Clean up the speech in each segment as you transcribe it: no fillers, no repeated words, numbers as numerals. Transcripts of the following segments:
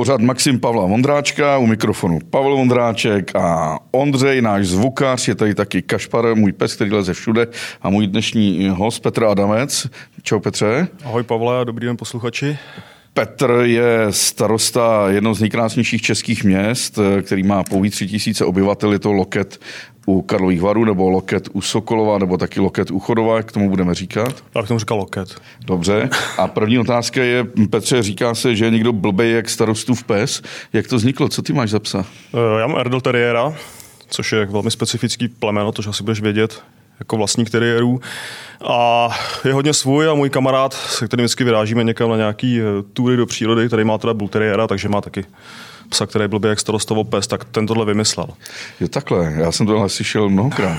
Pořad Maxim Pavla Vondráčka, u mikrofonu Pavel Vondráček a Ondřej, náš zvukař, je tady taky Kašpar, můj pes, který leze všude, a můj dnešní host Petr Adamec. Čau Petře. Ahoj Pavle a dobrý den posluchači. Petr je starosta jednoho z nejkrásnějších českých měst, který má pouhý 3000 obyvatel, je to Loket u Karlových Varů, nebo Loket u Sokolova, nebo taky Loket u Chodova, jak k tomu budeme říkat? Já bych tomu říkal Loket. Dobře. A první otázka je, Petře, říká se, že je někdo blbej jak starostův pes. Jak to vzniklo? Co ty máš za psa? Já mám Erdl Terriera, což je velmi specifický plemeno, to asi budeš vědět, jako vlastník teriérů. A je hodně svůj a můj kamarád, se kterým vždycky vyrážíme někam na nějaký tury do přírody, který má teda Bull Terriera, takže má taky psa, který byl by jak starostovo pes, tak ten tohle vymyslel. Jo, takhle, já jsem tohle slyšel mnohokrát.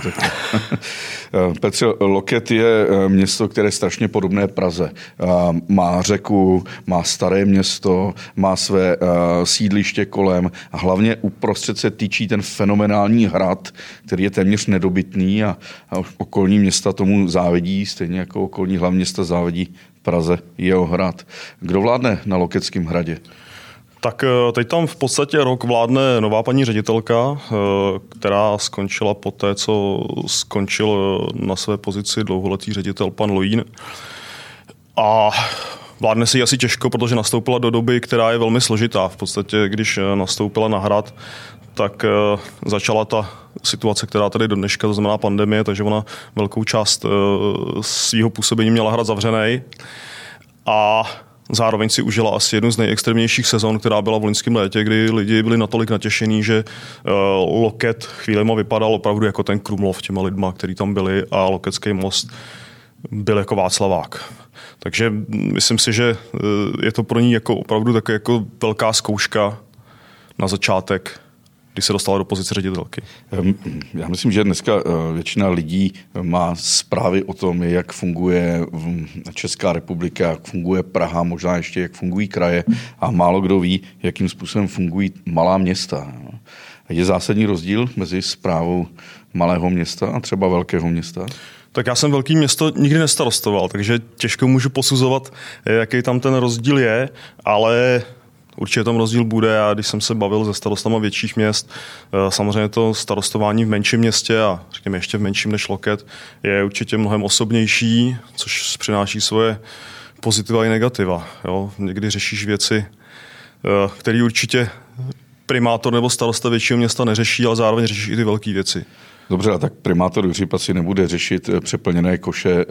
Petře, Loket je město, které je strašně podobné Praze. Má řeku, má staré město, má své sídliště kolem a hlavně uprostřed se tyčí ten fenomenální hrad, který je téměř nedobytný a okolní města tomu závidí, stejně jako okolní hlavní města závidí Praze jeho hrad. Kdo vládne na Lokeckém hradě? Tak teď tam v podstatě rok vládne nová paní ředitelka, která skončila poté, co skončil na své pozici dlouholetý ředitel pan Lojín. A vládne si asi těžko, protože nastoupila do doby, která je velmi složitá. V podstatě, když nastoupila na hrad, tak začala ta situace, která tady do dneška, to znamená pandemie, takže ona velkou část svého působení měla hrad zavřenej. A zároveň si užila asi jednu z nejextrémnějších sezon, která byla v loňském létě, kdy lidi byli natolik natěšení, že Loket chvílema vypadal opravdu jako ten Krumlov těma lidma, kteří tam byli, a Lokecký most byl jako Václavák. Takže myslím si, že je to pro ní jako opravdu také jako velká zkouška na začátek, když se dostala do pozice ředitelky. Já myslím, že dneska většina lidí má zprávy o tom, jak funguje Česká republika, jak funguje Praha, možná ještě jak fungují kraje, a málo kdo ví, jakým způsobem fungují malá města. Je zásadní rozdíl mezi správou malého města a třeba velkého města? Tak já jsem velký město nikdy nestarostoval, takže těžko můžu posuzovat, jaký tam ten rozdíl je, ale určitě tam rozdíl bude, a když jsem se bavil se starostama větších měst, samozřejmě to starostování v menším městě, a řekněme ještě v menším než Loket, je určitě mnohem osobnější, což přináší svoje pozitiva i negativa. Jo? Někdy řešíš věci, které určitě primátor nebo starosta většího města neřeší, ale zároveň řešíš i ty velké věci. Dobře, a tak primátor Hřib asi nebude řešit přeplněné koše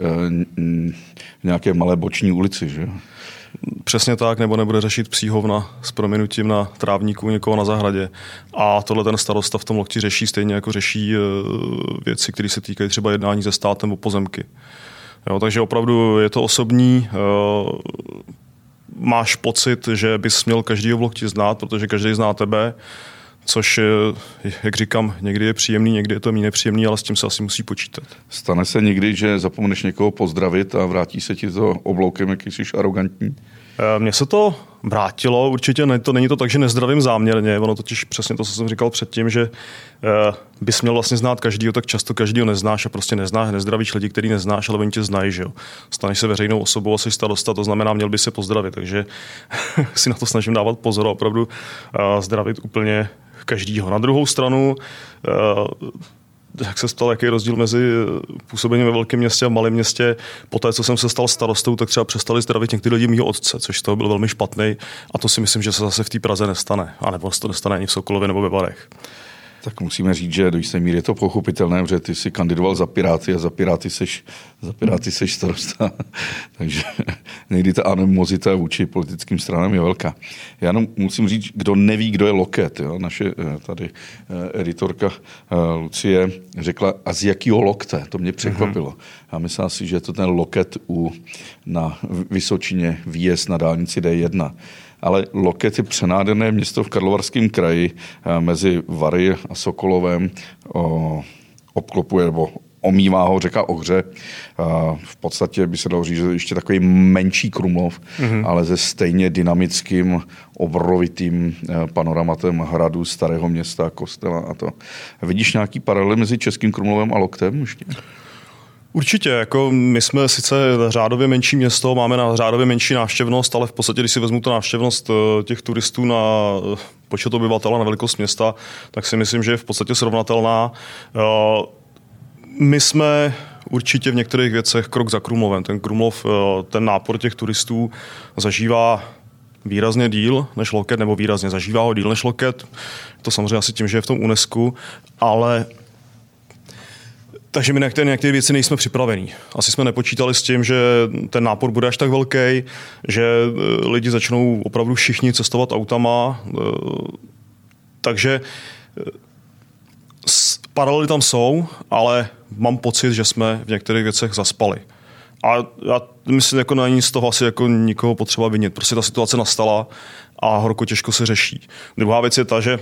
v nějaké malé boční ulici, že? Přesně tak, nebo nebude řešit psí hovna s prominutím na trávníku někoho na zahradě. A tohle ten starosta v tom Lokti řeší, stejně jako řeší věci, které se týkají třeba jednání se státem o pozemky. Jo, takže opravdu je to osobní. Máš pocit, že bys měl každýho v Lokti znát, protože každý zná tebe, což, jak říkám, někdy je příjemný, někdy je to méně nepříjemný, ale s tím se asi musí počítat. Stane se někdy, že zapomeneš někoho pozdravit a vrátí se ti to obloukem, jaký jsi arrogantní? Mně se to vrátilo, určitě ne, to není to tak, že nezdravím záměrně, ono totiž přesně to, co jsem říkal předtím, že bys měl vlastně znát každýho, tak často každýho neznáš a prostě nezdravíš lidi, který neznáš, ale oni tě znají, že jo. Staneš se veřejnou osobou a jsi starosta, to znamená, měl by se pozdravit, takže si na to snažím dávat pozor a opravdu zdravit úplně každýho. Na druhou stranu, jak se stal, jaký je rozdíl mezi působením ve velkém městě a malém městě. Poté, co jsem se stal starostou, tak třeba přestali zdravit některý lidi mýho otce, což toho byl velmi špatný, a to si myslím, že se zase v té Praze nestane. A nebo se to nestane ani v Sokolově nebo ve Varech. Tak musíme říct, že do jisté míry je to pochopitelné, protože ty jsi kandidoval za Piráty a za Piráty seš starosta. Takže někdy ta animozita vůči politickým stranám je velká. Já jenom musím říct, kdo neví, kdo je Loket. Jo? Naše tady editorka Lucie řekla, a z jakého Lokte? To mě překvapilo. A myslím si, že je to ten Loket na Vysočině, výjezd na dálnici D1. Ale Loket je přenádherné město v Karlovarském kraji mezi Vary a Sokolovem, obklopuje nebo omývá ho řeka Ohře. V podstatě by se dalo říct, že ještě takový menší Krumlov, ale se stejně dynamickým, obrovitým panoramatem hradu, starého města, kostela a to. Vidíš nějaký paralel mezi Českým Krumlovem a Loktem ještě? Určitě, jako my jsme sice řádově menší město, máme na řádově menší návštěvnost, ale v podstatě, když si vezmu tu návštěvnost těch turistů na počet obyvatel a na velikost města, tak si myslím, že je v podstatě srovnatelná. My jsme určitě v některých věcech krok za Krumlovem. Ten Krumlov, ten nápor těch turistů zažívá výrazně díl než Loket, nebo výrazně zažívá ho díl než Loket. To samozřejmě asi tím, že je v tom UNESCO, ale takže my na některé věci nejsme připravení. Asi jsme nepočítali s tím, že ten nápor bude až tak velký, že lidi začnou opravdu všichni cestovat autama. Takže paralely tam jsou, ale mám pocit, že jsme v některých věcech zaspali. A já myslím, jako není z toho asi jako nikoho potřeba vinit. Prostě ta situace nastala a horko těžko se řeší. Druhá věc je ta, že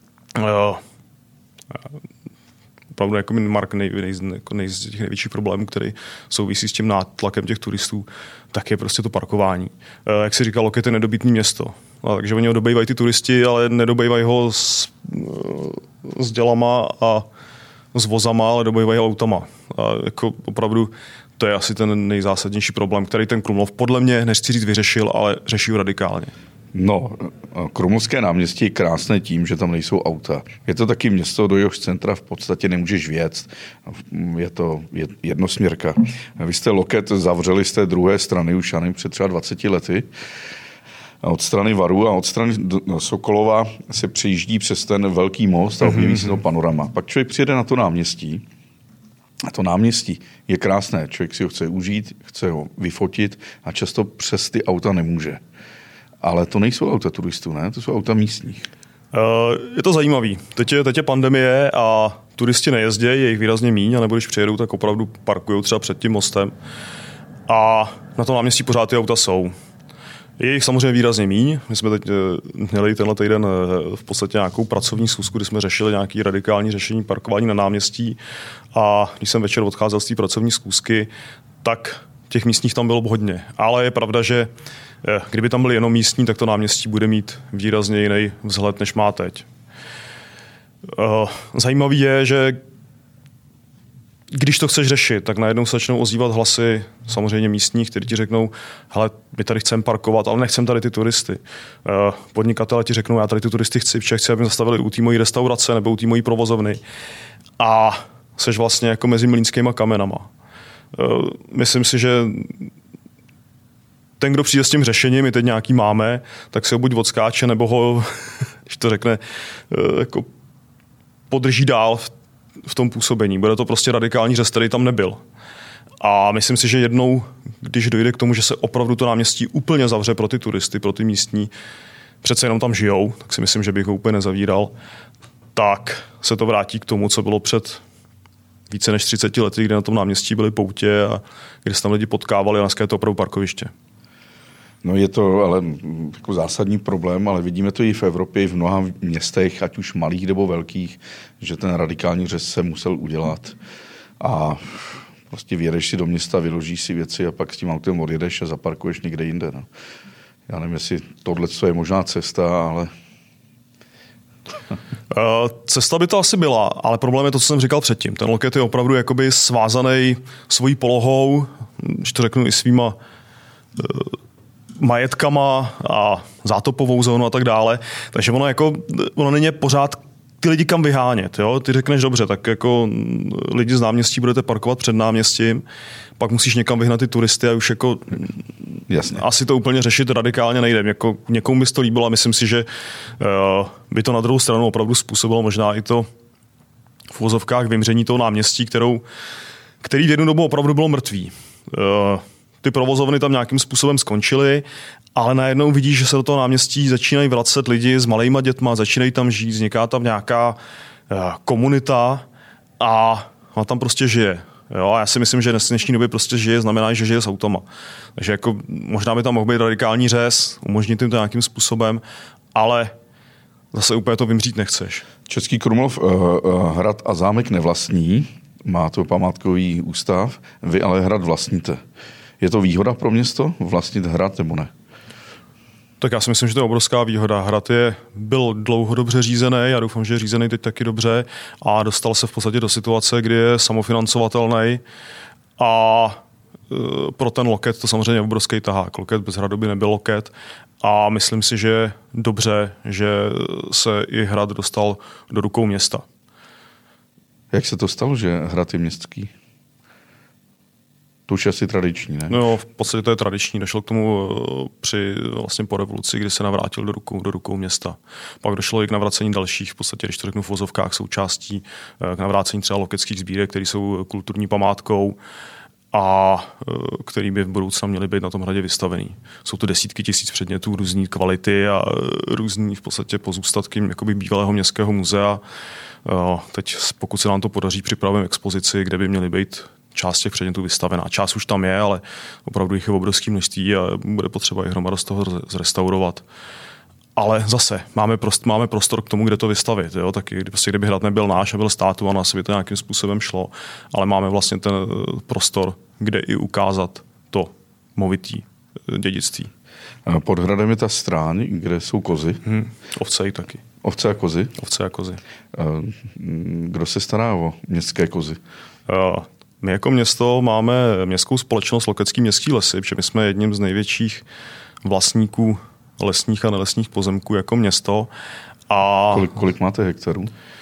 opravdu jako Mark z těch největších problémů, který souvisí s tím nátlakem těch turistů, tak je prostě to parkování. Jak si říkal, Loket je nedobytný město. Takže oni ho dobývají ty turisti, ale nedobývají ho s dělama a s vozama, ale dobývají ho autama. A jako opravdu to je asi ten nejzásadnější problém, který ten Krumlov podle mě, nechci říct vyřešil, ale řeší ho radikálně. No, Krumlovské náměstí je krásné tím, že tam nejsou auta. Je to taky město, do jehož centra v podstatě nemůžeš vjet. Je to jednosměrka. Vy jste Loket zavřeli z té druhé strany už před třeba 20 lety. A od strany Varu a od strany Sokolova se přejíždí přes ten velký most a objeví se to panorama. Pak člověk přijede na to náměstí. A to náměstí je krásné. Člověk si ho chce užít, chce ho vyfotit a často přes ty auta nemůže. Ale to nejsou auta turistů, ne? To jsou auta místních. Je to zajímavý. Teď je pandemie a turisti nejezdějí, je jich výrazně míň, a nebo když přijedou, tak opravdu parkují třeba před tím mostem. A na tom náměstí pořád ty auta jsou. Je jich samozřejmě výrazně míň. My jsme teď měli tenhle týden v podstatě nějakou pracovní schůzku, kdy jsme řešili nějaké radikální řešení parkování na náměstí. A když jsem večer odcházel z té pracovní schůzky, tak těch místních tam bylo hodně. Ale je pravda, že kdyby tam byli jenom místní, tak to náměstí bude mít výrazně jiný vzhled, než má teď. Zajímavý je, že když to chceš řešit, tak najednou se začnou ozývat hlasy samozřejmě místních, kteří ti řeknou, hele, my tady chceme parkovat, ale nechceme tady ty turisty. Podnikatelé ti řeknou, já tady ty turisty chci, aby zastavili u té mojí restaurace nebo u té mojí provozovny. A seš vlastně jako mezi mlýnskýma kamenama. Myslím si, že ten, kdo přijde s tím řešením, my teď nějaký máme, tak se ho buď odskáče, nebo ho, když to řekne, jako podrží dál v tom působení. Bude to prostě radikální řez, který tam nebyl. A myslím si, že jednou, když dojde k tomu, že se opravdu to náměstí úplně zavře pro ty turisty, pro ty místní, přece jenom tam žijou, tak si myslím, že bych ho úplně nezavíral, tak se to vrátí k tomu, co bylo před více než 30 lety, kdy na tom náměstí byly poutě a kde se tam lidi potkávali a dneska je to opravdu parkoviště. No je to ale jako zásadní problém, ale vidíme to i v Evropě, i v mnoha městech, ať už malých nebo velkých, že ten radikální řez se musel udělat. A prostě vyjedeš si do města, vyložíš si věci a pak s tím autem odjedeš a zaparkuješ někde jinde. No. Já nevím, jestli tohle je možná cesta, ale... Cesta by to asi byla, ale problém je to, co jsem říkal předtím. Ten Loket je opravdu jakoby svázaný svojí polohou, když to řeknu i svýma majetkama a zátopovou zónu a tak dále. Takže ono není pořád ty lidi kam vyhánět. Jo? Ty řekneš dobře, tak jako lidi z náměstí budete parkovat před náměstím, pak musíš někam vyhnat ty turisty a už jako jasně. Asi to úplně řešit radikálně nejde. Jako někomu by to líbilo a myslím si, že by to na druhou stranu opravdu způsobilo možná i to v uvozovkách vymření toho náměstí, který v jednu dobu opravdu bylo mrtvý. Ty provozovny tam nějakým způsobem skončily, ale najednou vidíš, že se do toho náměstí začínají vracet lidi s malejma dětma, začínají tam žít, vzniká tam nějaká komunita a ona tam prostě žije. Jo, a já si myslím, že v dnešní době prostě žije, znamená, že žije s autama. Takže jako možná by tam mohl být radikální řez, umožnit jim to nějakým způsobem, ale zase úplně to vymřít nechceš. Český Krumlov hrad a zámek nevlastní, má to památkový ústav, vy ale hrad vlastníte. Je to výhoda pro město vlastnit hrad nebo ne? Tak já si myslím, že to je obrovská výhoda. Hrad byl dlouho dobře řízený, já doufám, že je řízený teď taky dobře a dostal se v podstatě do situace, kdy je samofinancovatelný A pro ten loket to samozřejmě je obrovský tahák. Loket bez hradu by nebyl loket a myslím si, že je dobře, že se i hrad dostal do rukou města. Jak se to stalo, že hrad je městský? To už je asi tradiční, ne? No, v podstatě to je tradiční. Došlo k tomu vlastně po revoluci, kdy se navrátil do rukou města. Pak došlo i k navracení dalších, v podstatě, když to řeknu v vozovkách, součástí, k navrácení třeba lokeckých sbírek, které jsou kulturní památkou a který by v budoucnu měly být na tom hradě vystavený. Jsou to desítky tisíc předmětů, různé kvality a různý v podstatě pozůstatky jakoby bývalého městského muzea. Teď, pokud se nám to podaří, připravujeme expozici, kde by měly být část těch předmětů vystavená. Část už tam je, ale opravdu jich je obrovské množství a bude potřeba i hromada z toho zrestaurovat. Ale zase máme prostor k tomu, kde to vystavit. Jo? Taky, kdyby hrad nebyl náš a byl státu a nás by to nějakým způsobem šlo, ale máme vlastně ten prostor, kde i ukázat to movitý dědictví. Pod hradem je ta stráň, kde jsou kozy. Ovce i taky. Ovce a kozy? Ovce a kozy. Kdo se stará o městské kozy? My jako město máme městskou společnost Lokecký městský lesy, protože my jsme jedním z největších vlastníků lesních a nelesních pozemků jako město. A kolik máte hektarů?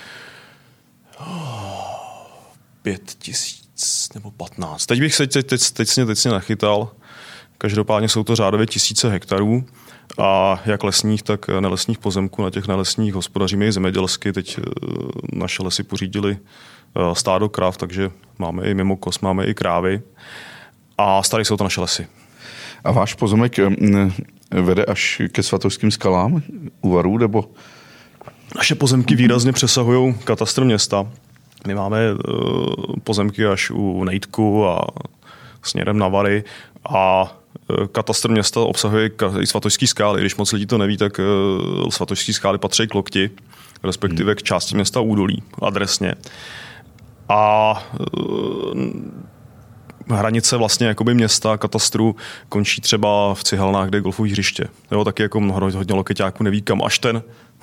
5000 nebo 15. Teď se nachytal. Každopádně jsou to řádově tisíce hektarů a jak lesních, tak nelesních pozemků. Na těch nelesních hospodaříme i zemědělsky. Teď naše lesy pořídili stádo krav, takže máme i mimo kos, máme i krávy a starý jsou to naše lesy. A váš pozemek vede až ke Svatožským skalám u Varů, nebo? Naše pozemky výrazně přesahují katastr města. My máme pozemky až u Nejtku a směrem na Vary a katastr města obsahuje i Svatožský skály. Když moc lidí to neví, tak Svatožský skály patří k Lokti, respektive k části města Údolí, adresně. A hranice vlastně jakoby města, katastru končí třeba v Cihelnách, kde je golfové hřiště. Jo, taky jako hodně lokeťáků neví, kam až ten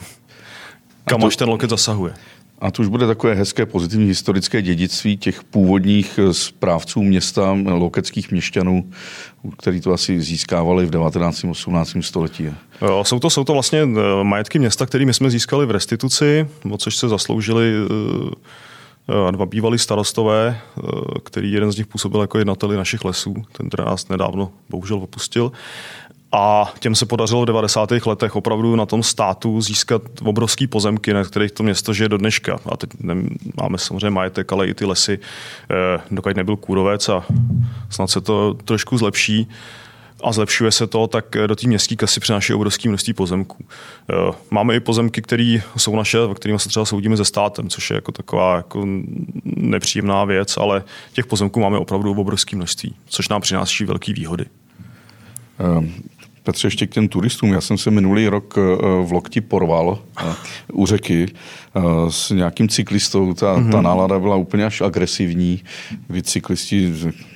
loket zasahuje. A to už bude takové hezké pozitivní historické dědictví těch původních správců města, lokeckých měšťanů, kteří to asi získávali v 19. 18. století. Jo, jsou to vlastně majetky města, které my jsme získali v restituci, o což se zasloužili dva bývalí starostové, který jeden z nich působil jako jednatel našich lesů, ten nás nedávno bohužel opustil. A těm se podařilo v 90. letech opravdu na tom státu získat obrovský pozemky, na kterých to město žije do dneška. A teď máme samozřejmě majetek, ale i ty lesy, dokud nebyl kůrovec a snad se to trošku zlepší a zlepšuje se to, tak do té městské kasy přináší obrovské množství pozemků. Máme i pozemky, které jsou naše, kterými se třeba soudíme se státem, což je jako taková jako nepříjemná věc, ale těch pozemků máme opravdu obrovské množství, což nám přináší velké výhody. Petře, ještě k těm turistům. Já jsem se minulý rok v Lokti porval u řeky s nějakým cyklistou. Ta nálada byla úplně až agresivní, kdy cyklisti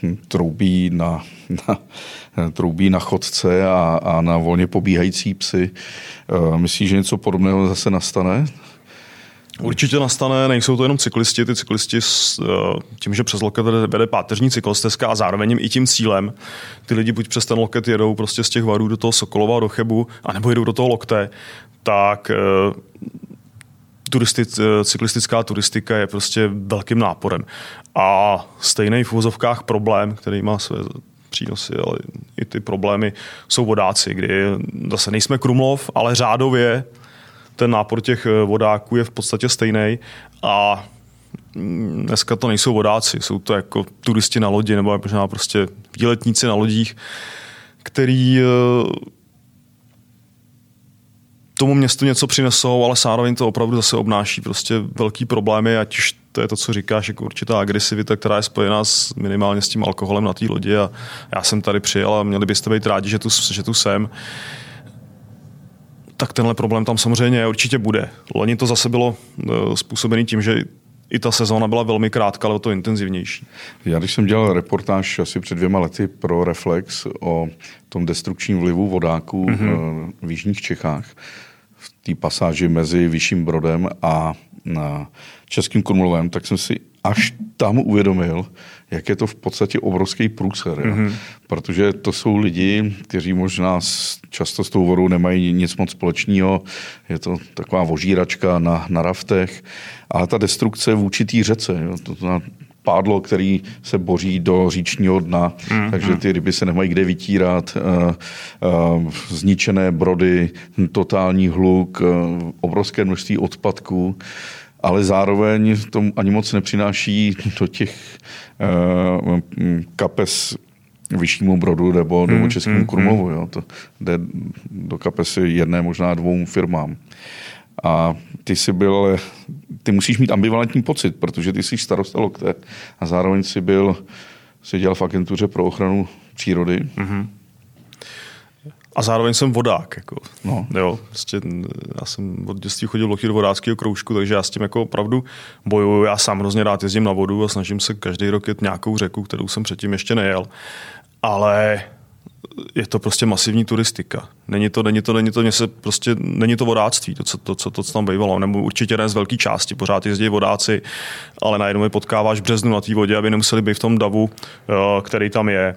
troubí na chodce a na volně pobíhající psy. Myslíš, že něco podobného zase nastane? Určitě nastane, nejsou to jenom cyklisti, ty cyklisti tím, že přes loket vede páteřní cyklostezka a zároveň i tím cílem, ty lidi buď přes ten loket jedou prostě z těch Varů do toho Sokolova, do Chebu, anebo jedou do toho Lokte, tak cyklistická turistika je prostě velkým náporem. A stejný v uvozovkách problém, který má své přínosy, ale i ty problémy jsou vodáci, kdy zase nejsme Krumlov, ale řádově ten nápor těch vodáků je v podstatě stejný a dneska to nejsou vodáci, jsou to jako turisti na lodi nebo možná prostě výletníci na lodích, který tomu městu něco přinesou, ale zároveň to opravdu zase obnáší prostě velký problémy, ať už to je to, co říkáš, jako určitá agresivita, která je spojená minimálně s tím alkoholem na té lodi a já jsem tady přijel a měli byste být rádi, že tu jsem. Tak tenhle problém tam samozřejmě určitě bude. Loni to zase bylo způsobené tím, že i ta sezóna byla velmi krátká, ale o to intenzivnější. Já když jsem dělal reportáž asi před 2 lety pro Reflex o tom destrukčním vlivu vodáků v jižních Čechách, v té pasáži mezi Vyšším Brodem a Českým Krumlovem, tak jsem si až tam uvědomil, jak je to v podstatě obrovský průser. Protože to jsou lidi, kteří možná často s tou vodou nemají nic moc společného. Je to taková vožíračka na raftech. Ale ta destrukce vůči té řece, jo, to pádlo, který se boří do říčního dna, takže ty ryby se nemají kde vytírat, zničené brody, totální hluk, obrovské množství odpadků, ale zároveň to ani moc nepřináší do těch kapes Vyššímu Brodu nebo Českému Krumlovu. Jo. To jde do kapesy jedné, možná 2 firmám. A ty musíš mít ambivalentní pocit, protože ty jsi starosta Lokte a zároveň si dělal v agentuře pro ochranu přírody. A zároveň jsem vodák. Jako. No. Jo, prostě já jsem od dětství chodil v Lochě do vodáckého kroužku, takže já s tím jako opravdu bojuju. Já sám hrozně rád jezdím na vodu a snažím se každý rok jet nějakou řeku, kterou jsem předtím ještě nejel. Ale je to prostě masivní turistika. Není to vodáctví, to, co tam bývalo. Nebo určitě ne z velké části. Pořád jezdí vodáci, ale najednou je potkáváš v březnu na té vodě, aby nemuseli být v tom davu, který tam je.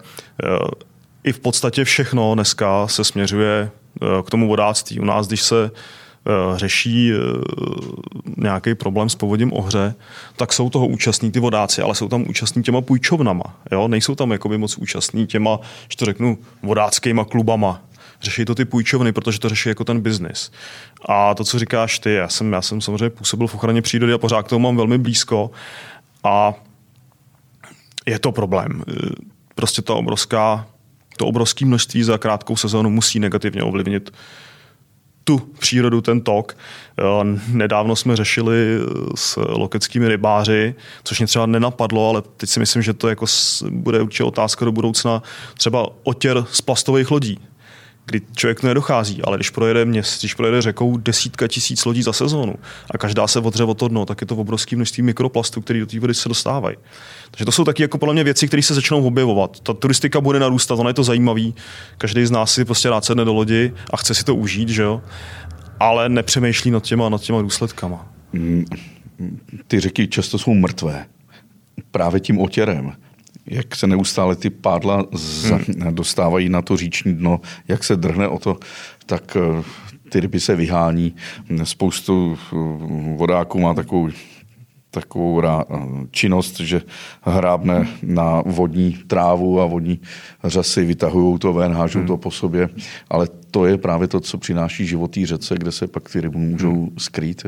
I v podstatě všechno dneska se směřuje k tomu vodáctví. U nás, když se řeší nějaký problém s povodím Ohře, tak jsou toho účastní ty vodáci, ale jsou tam účastní těma půjčovnama. Jo? Nejsou tam jakoby moc účastní těma, že to řeknu, vodáckýma klubama. Řeší to ty půjčovny, protože to řeší jako ten biznis. A to, co říkáš ty, já jsem samozřejmě působil v ochraně přírody a pořád k tomu mám velmi blízko a je to problém. Prostě to obrovské množství za krátkou sezónu musí negativně ovlivnit tu přírodu, ten tok. Nedávno jsme řešili s lokeckými rybáři, což mě třeba nenapadlo, ale teď si myslím, že to jako bude určitě otázka do budoucna, třeba otěr z plastových lodí, kdy člověk nedochází, ale když projede řekou desítka tisíc lodí za sezónu a každá se odře od toho dno, tak je to obrovské množství mikroplastů, které do té vody se dostávají. Takže to jsou taky jako podle mě věci, které se začnou objevovat. Ta turistika bude narůstat, ono je to zajímavý. Každý z nás si prostě rád sedne do lodi a chce si to užít, že jo? Ale nepřemýšlí nad těma důsledkama. Ty řeky často jsou mrtvé. Právě tím otěrem. Jak se neustále ty pádla dostávají na to říční dno, jak se drhne o to, tak ty ryby se vyhání. Spoustu vodáků má takovou činnost, že hrábne na vodní trávu a vodní řasy, vytahují to ven, hážou to po sobě, ale to je právě to, co přináší život té řece, kde se pak ty ryby můžou skrýt.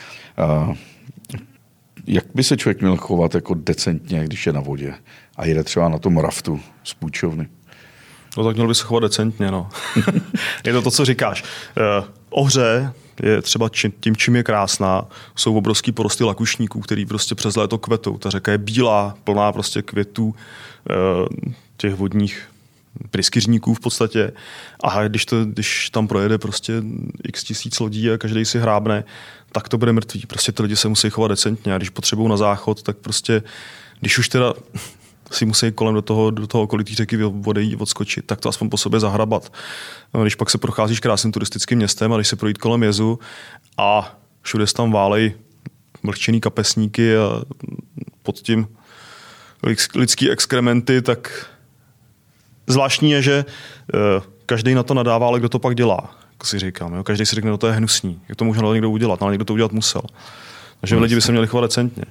Jak by se člověk měl chovat jako decentně, když je na vodě a jede třeba na tom raftu z půjčovny? No tak měl by se chovat decentně, no. Je to, co říkáš. Ohře je třeba tím, čím je krásná, jsou obrovský porosty lakušníků, který prostě přes léto kvetou. Ta řeka je bílá, plná prostě květů těch vodních pryskyřníků v podstatě. A když tam projede prostě x tisíc lodí a každý si hrábne, tak to bude mrtvý. Prostě ty lidi se musí chovat decentně a když potřebují na záchod, tak prostě, když už teda si musí kolem do toho okolitý řeky vody odskočit, tak to aspoň po sobě zahrabat. Když pak se procházíš krásným turistickým městem a když se projít kolem jezu a všude se tam válej mlhčený kapesníky a pod tím lidský exkrementy, tak zvláštní je, že každý na to nadává, ale kdo to pak dělá, jak si říkám. Jo? Každý si řekne, no to je hnusný, jak to může někdo udělat, ale někdo to udělat musel. Takže lidi by se měli chovat decentně.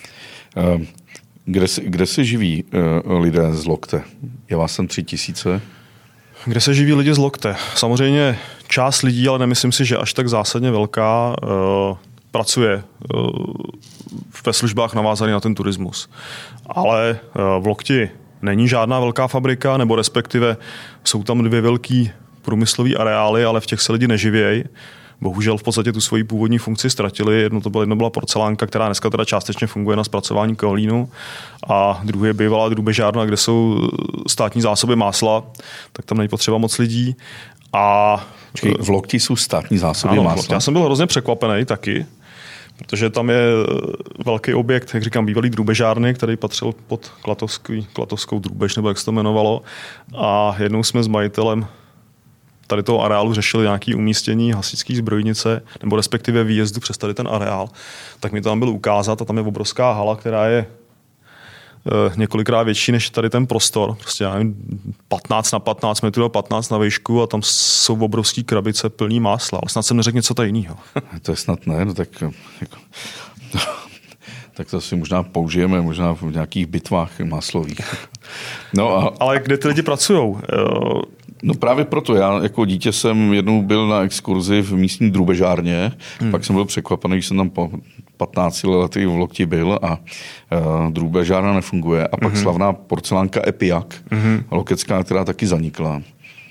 Kde se živí lidé z Lokte? Je vás tam 3000? Kde se živí lidi z Lokte? Samozřejmě část lidí, ale nemyslím si, že až tak zásadně velká, pracuje ve službách navázaných na ten turismus. Ale v Lokti není žádná velká fabrika, nebo respektive jsou tam 2 velký průmyslový areály, ale v těch se lidi neživějí. Bohužel v podstatě tu svoji původní funkci ztratili. Jedno byla porcelánka, která dneska teda částečně funguje na zpracování kaolínu a druhé je bývalá drůbežárna, kde jsou státní zásoby másla, tak tam není potřeba moc lidí. A v Lokti jsou státní zásoby másla? Já jsem byl hrozně překvapený taky, protože tam je velký objekt, jak říkám, bývalý drůbežárny, který patřil pod Klatovskou drůbež, nebo jak se to jmenovalo. A jednou jsme s majitelem tady toho areálu řešili nějaké umístění hasičské zbrojnice, nebo respektive výjezdu přes tady ten areál, tak mi to tam bylo ukázat a tam je obrovská hala, která je několikrát větší než tady ten prostor. Prostě já nevím, 15 na 15 metrů a 15 na výšku a tam jsou obrovský krabice plný másla. Ale snad jsem neřekl něco jiného. To je snad ne, no tak jako, tak to si možná použijeme, možná v nějakých bitvách máslových. No ale kde ty lidi pracujou? No právě proto. Já jako dítě jsem jednou byl na exkurzi v místní drůbežárně, pak jsem byl překvapený, že jsem tam po 15 lety v Lokti byl a drůbežárna nefunguje. A pak slavná porcelánka Epiak, lokecká, která taky zanikla.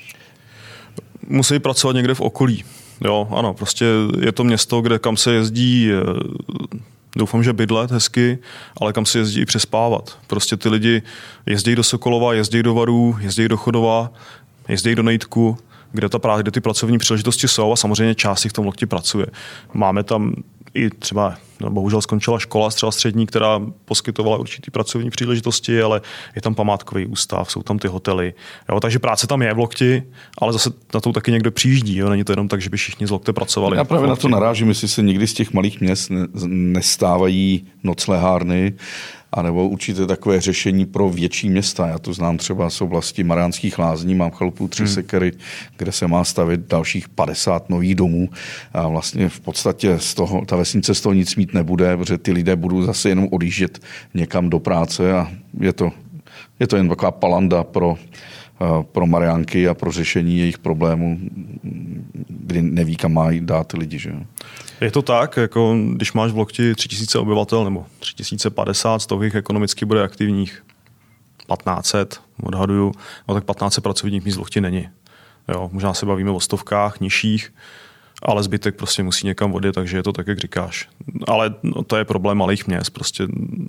Musí pracovat někde v okolí. Jo, ano, prostě je to město, kam se jezdí, doufám, že bydlet hezky, ale kam se jezdí i přespávat. Prostě ty lidi jezdí do Sokolova, jezdí do Varů, jezdí do Chodova, jezdí do Nejtku, kde ty pracovní příležitosti jsou a samozřejmě část v tom Lokti pracuje. Máme tam i třeba, bohužel skončila škola třeba střední, která poskytovala určitý pracovní příležitosti, ale je tam památkový ústav, jsou tam ty hotely. Jo, takže práce tam je v Lokti, ale zase na to taky někdo přijíždí. Jo. Není to jenom tak, že by všichni z Lokte pracovali. Já právě na to narážím, jestli se někdy z těch malých měst nestávají noclehárny, anebo určitě takové řešení pro větší města. Já to znám třeba z oblasti Mariánských Lázní, mám chalupu 3 sekery, kde se má stavit dalších 50 nových domů a vlastně v podstatě ta vesnice z toho nic mít nebude, protože ty lidé budou zase jenom odjíždět někam do práce a je to jen taková palanda pro Mariánky a pro řešení jejich problémů, kdy neví, kam mají dát lidi. Že? Je to tak, jako když máš v Lokti 3000 obyvatel nebo 3050, z toho jich ekonomicky bude aktivních 1500, odhaduju, no tak 1500 pracovních míst v Lokti není. Jo, možná se bavíme o stovkách nižších, ale zbytek prostě musí někam odjet, takže je to tak, jak říkáš. Ale to je problém malých měst, prostě.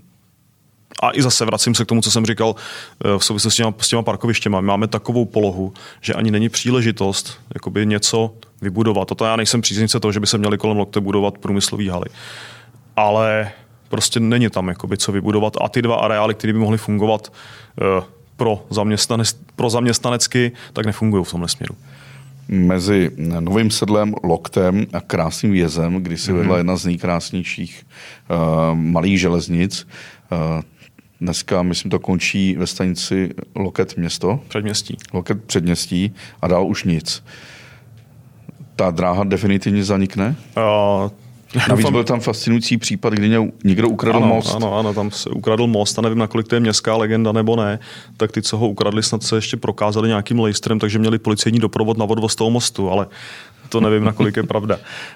A i zase vracím se k tomu, co jsem říkal v souvislosti s těma parkovištěma. Máme takovou polohu, že ani není příležitost jakoby něco vybudovat. Toto já nejsem příznivce toho, že by se měli kolem Lokte budovat průmyslové haly. Ale prostě není tam jakoby co vybudovat. A ty dva areály, které by mohly fungovat pro zaměstnanecky, tak nefungují v tomhle směru. Mezi Novým Sedlem, Loktem a Krásným Jezem, kdy se vedla jedna z nejkrásnějších malých železnic. Dneska, myslím, to končí ve stanici Loket město. Předměstí. Loket předměstí a dál už nic. Ta dráha definitivně zanikne? Navíc byl tam fascinující případ, kdy někdo ukradl most. Ano, tam se ukradl most a nevím, nakolik to je městská legenda nebo ne. Tak ty, co ho ukradli, snad se ještě prokázali nějakým lejstrem, takže měli policejní doprovod na odvoz toho mostu, ale to nevím, nakolik je pravda.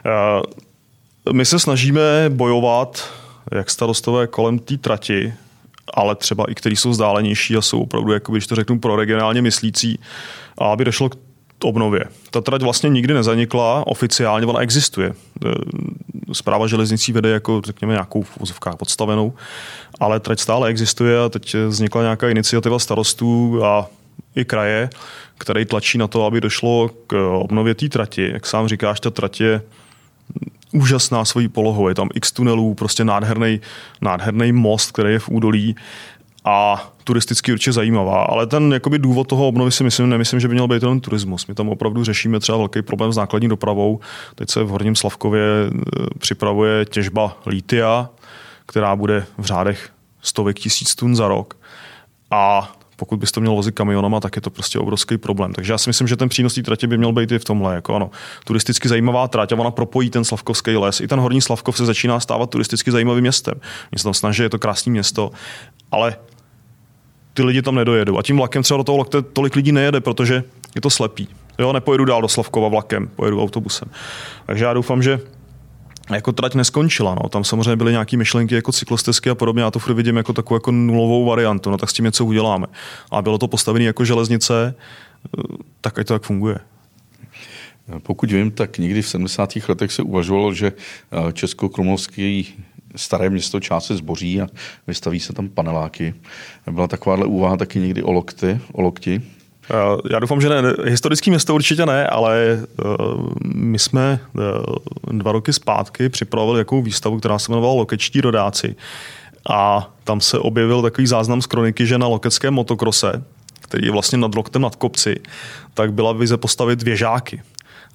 My se snažíme bojovat, jak starostové, kolem té trati, ale třeba i který jsou vzdálenější a jsou opravdu, jakoby, když to řeknu, pro regionálně myslící, a aby došlo k obnově. Ta trať vlastně nikdy nezanikla, oficiálně ona existuje. Správa železnicí vede jako, řekněme, nějakou v uvozovkách podstavenou, ale trať stále existuje a teď vznikla nějaká iniciativa starostů a i kraje, který tlačí na to, aby došlo k obnově té trati. Jak sám říkáš, ta trať je úžasná svojí polohou. Je tam x tunelů, prostě nádherný most, který je v údolí a turisticky určitě zajímavá. Ale ten jakoby důvod toho obnovy nemyslím, že by měl být ten turismus. My tam opravdu řešíme třeba velký problém s nákladní dopravou. Teď se v Horním Slavkově připravuje těžba litia, která bude v řádech stovek tisíc tun za rok. A pokud bys to měl vozit kamionama, tak je to prostě obrovský problém. Takže já si myslím, že ten přínos té tratě by měl být i v tomhle. Jako ano, turisticky zajímavá trať a ona propojí ten Slavkovský les. I ten Horní Slavkov se začíná stávat turisticky zajímavým městem. Mě se tam snaží, je to krásné město, ale ty lidi tam nedojedou. A tím vlakem třeba do toho Lokte tolik lidí nejede, protože je to slepý. Jo, nepojedu dál do Slavkova vlakem, pojedu autobusem. Takže já doufám, že jako trať neskončila. No. Tam samozřejmě byly nějaké myšlenky jako cyklostezky a podobně. Já to furt vidím jako takovou jako nulovou variantu. No tak s tím něco uděláme. A bylo to postavené jako železnice, tak ať to tak funguje. Pokud vím, tak někdy v 70. letech se uvažovalo, že Českokrumlovský staré město část se zboří a vystaví se tam paneláky. Byla takováhle úvaha taky někdy o Lokti? Já doufám, že ne. Historické město určitě ne, ale my jsme 2 roky zpátky připravili jakou výstavu, která se jmenovala Lokečtí rodáci. A tam se objevil takový záznam z kroniky, že na lokeckém motokrose, který je vlastně nad Loktem nad kopci, tak byla vize postavit věžáky.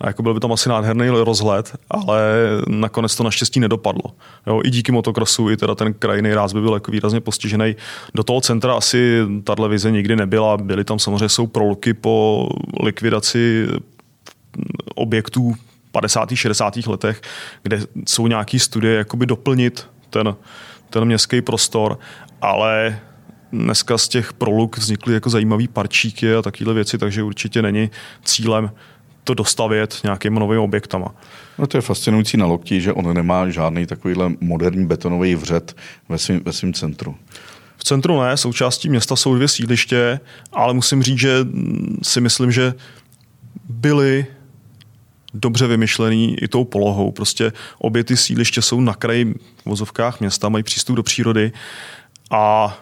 a jako byl by tam asi nádherný rozhled, ale nakonec to naštěstí nedopadlo. Jo, i díky motokrosu, i teda ten krajinný ráz by byl jako výrazně postižený. Do toho centra asi tato vize nikdy nebyla, byly tam samozřejmě jsou proluky po likvidaci objektů 50. 60. letech, kde jsou nějaké studie jakoby doplnit ten městský prostor, ale dneska z těch proluk vznikly jako zajímavý parčíky a takovéhle věci, takže určitě není cílem to dostavět nějakými novými objektama. No to je fascinující na Lokti, že on nemá žádný takovýhle moderní betonový vřet ve svém centru. V centru ne, součástí města jsou 2 sídliště, ale musím říct, že si myslím, že byly dobře vymyšlený i tou polohou. Prostě obě ty sídliště jsou na kraji v vozovkách města, mají přístup do přírody a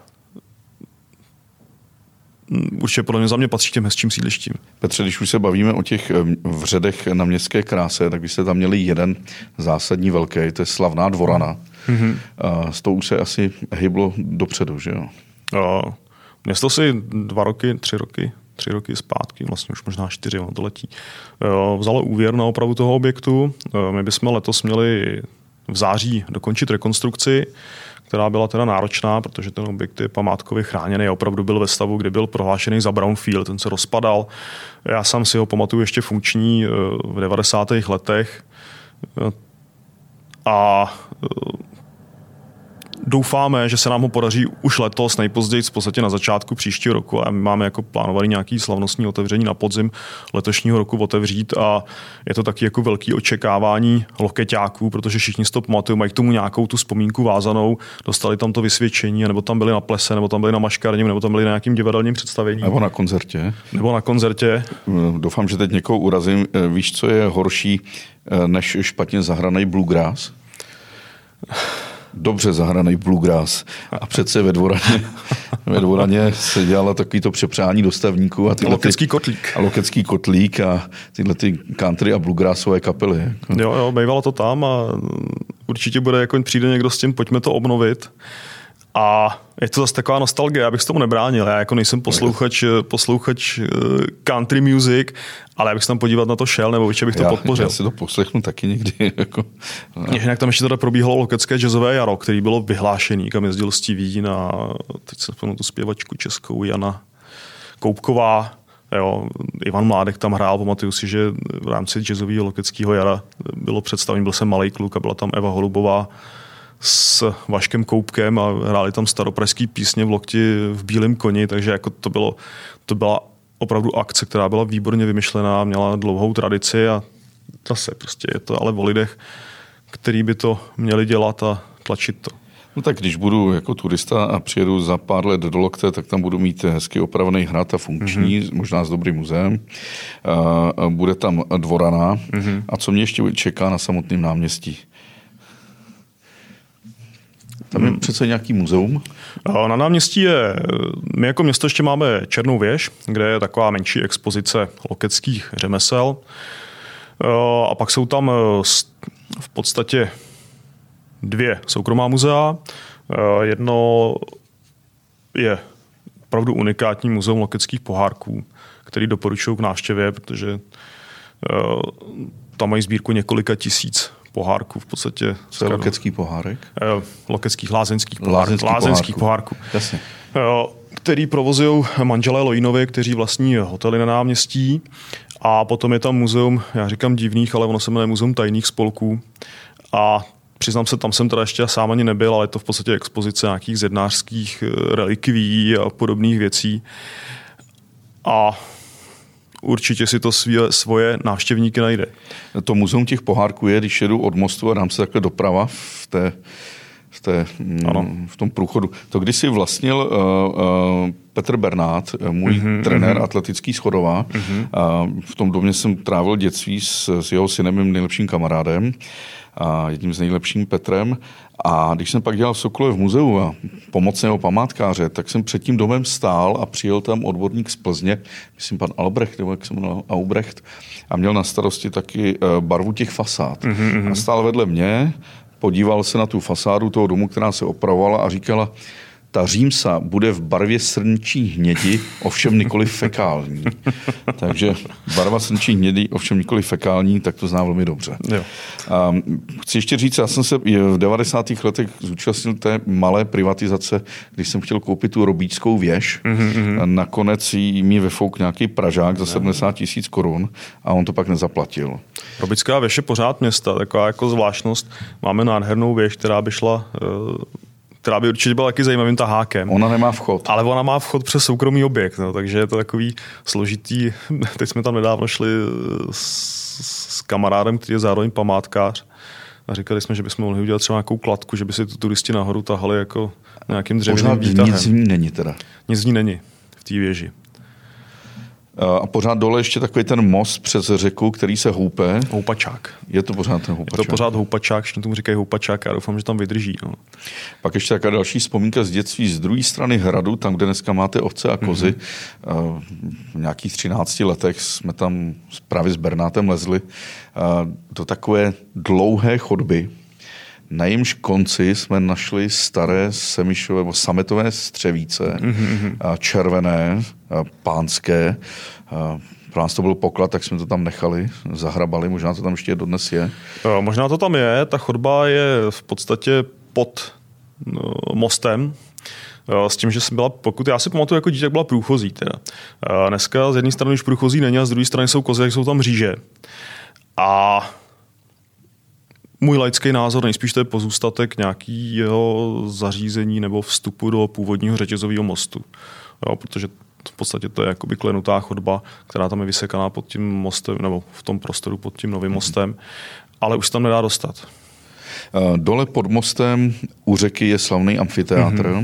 určitě podle mě za mě patří těm hezčím sídlištím. Petře, když už se bavíme o těch vředech na městské kráse, tak byste tam měli jeden zásadní velký, to je slavná Dvorana. Mm-hmm. S tou už se asi hyblo dopředu, že jo? Město si 3 roky zpátky, vlastně už možná 4, ono to letí, vzalo úvěr na opravu toho objektu. My bychom letos měli v září dokončit rekonstrukci, která byla teda náročná, protože ten objekt je památkově chráněný a opravdu byl ve stavu, kdy byl prohlášený za brownfield, ten se rozpadal. Já sám si ho pamatuju ještě funkční v 90. letech a doufáme, že se nám ho podaří už letos, nejpozději v podstatě na začátku příštího roku a my máme jako plánovaný nějaký slavnostní otevření na podzim letošního roku otevřít a je to taky jako velký očekávání lokeťáků, protože všichni si to pamatují, mají k tomu nějakou tu vzpomínku vázanou, dostali tam to vysvědčení, nebo tam byli na plese, nebo tam byli na maškarním, nebo tam byli na nějakým divadelním představení. Nebo na koncertě. Doufám, že teď někoho urazím. Víš, co je horší než špatně zahraný bluegrass? Dobře zahraný bluegrass. A přece ve Dvoraně se dělalo takovýto přepřání dostavníků a Lokecký kotlík a tyhle ty country a bluegrassové kapely. Jo, bývalo to tam a určitě bude, jako přijde někdo s tím, pojďme to obnovit. A je to zase taková nostalgie, já bych s tomu nebránil. Já jako nejsem posluchač country music, ale já bych se tam podívat na to šel, nebo určitě bych to podpořil. Já si to poslechnu taky někdy. Jinak tam ještě teda probíhalo Lokecké jazzové jaro, který bylo vyhlášený, kam jezdil Steve a teď se tu zpěvačku českou Jana Koupková. Jo, Ivan Mládek tam hrál, pamatuju si, že v rámci jazzového Lokeckého jara bylo představení, byl jsem malej kluk a byla tam Eva Holubová s Vaškem Koupkem a hráli tam staropražský písně v Lokti v Bílém koni, takže jako to byla opravdu akce, která byla výborně vymyšlená, měla dlouhou tradici a zase prostě je to ale o lidech, který by to měli dělat a tlačit to. No tak když budu jako turista a přijedu za pár let do Lokte, tak tam budu mít hezky opravený hrad a funkční, možná s dobrým muzeem. Bude tam Dvorana. A co mě ještě čeká na samotném náměstí? Tam je přece nějaký muzeum? Na náměstí my jako město ještě máme Černou věž, kde je taková menší expozice lokeckých řemesel. A pak jsou tam v podstatě 2 soukromá muzea. Jedno je opravdu unikátní muzeum lokeckých pohárků, který doporučuji k návštěvě, protože tam mají sbírku několika tisíc pohárků v podstatě. Co je lokecký pohárek? Lokeckých lázeňských pohárků. Jasně. Který provozují manželé Lojinovi, kteří vlastní hotely na náměstí. A potom je tam muzeum, já říkám divných, ale ono se jmenuje Muzeum tajných spolků. A přiznám se, tam jsem teda ještě sám ani nebyl, ale je to v podstatě expozice nějakých zednářských relikví a podobných věcí. A určitě si to svoje návštěvníky najde. To muzeum těch pohárků je, když jedu od mostu a dám se takhle doprava v tom průchodu. To kdysi vlastnil Petr Bernát, můj trenér atletický z Chodova. V tom domě jsem trávil dětství s jeho synem, mým nejlepším kamarádem a jedním z nejlepším Petrem. A když jsem pak dělal v Sokole v muzeu a pomocného památkáře, tak jsem před tím domem stál a přijel tam odborník z Plzně, myslím pan Albrecht, nebo jak se jmenoval, Aubrecht, a měl na starosti taky barvu těch fasád. A stál vedle mě, podíval se na tu fasádu toho domu, která se opravovala a říkala, Ta římsa bude v barvě srnčí hnědi, ovšem nikoli fekální. Takže barva srnčí hnědi, ovšem nikoli fekální, tak to znám velmi dobře. Jo. Chci ještě říct, já jsem se v 90. letech zúčastnil té malé privatizace, když jsem chtěl koupit tu Robíčskou věž. Nakonec mi vyfouk nějaký Pražák za 70 000 korun a on to pak nezaplatil. Robická věž je pořád města, taková jako zvláštnost. Máme nádhernou věž, která by určitě byla taky zajímavým tahákem. Ona nemá vchod. Ale ona má vchod přes soukromý objekt, no, takže je to takový složitý. Teď jsme tam nedávno šli s kamarádem, který je zároveň památkář a říkali jsme, že bychom mohli udělat třeba nějakou kladku, že by si tu turisti nahoru tahali jako nějakým dřevěným výtahem. Nic z ní není teda. Nic z ní není v té věži. A pořád dole ještě takový ten most přes řeku, který se houpe. Houpačák. Je to pořád ten houpačák. Je to pořád houpačák, že tomu říkají houpačák, já doufám, že tam vydrží. No. Pak ještě taková další vzpomínka z dětství z druhé strany hradu, tam, kde dneska máte ovce a kozy. V nějakých 13 letech jsme tam právě s Bernátem lezli do takové dlouhé chodby. Na jejímž konci jsme našli staré semišové nebo sametové střevíce, červené, pánské. Pro nás to byl poklad, tak jsme to tam nechali, zahrabali, možná to tam ještě dodnes je. Možná to tam je, ta chodba je v podstatě pod mostem, s tím, že byla, pokud já si pamatuju jako dítě, tak byla průchozí. Teda. Dneska z jedné strany už průchozí není a z druhé strany jsou kozy, jak jsou tam mříže. A můj laický názor, nejspíš to je pozůstatek nějakého zařízení nebo vstupu do původního řetězového mostu. Jo, protože v podstatě to je jakoby klenutá chodba, která tam je vysekaná pod tím mostem, nebo v tom prostoru pod tím novým mostem, ale už se tam nedá dostat. Dole pod mostem u řeky je slavný amfiteátr.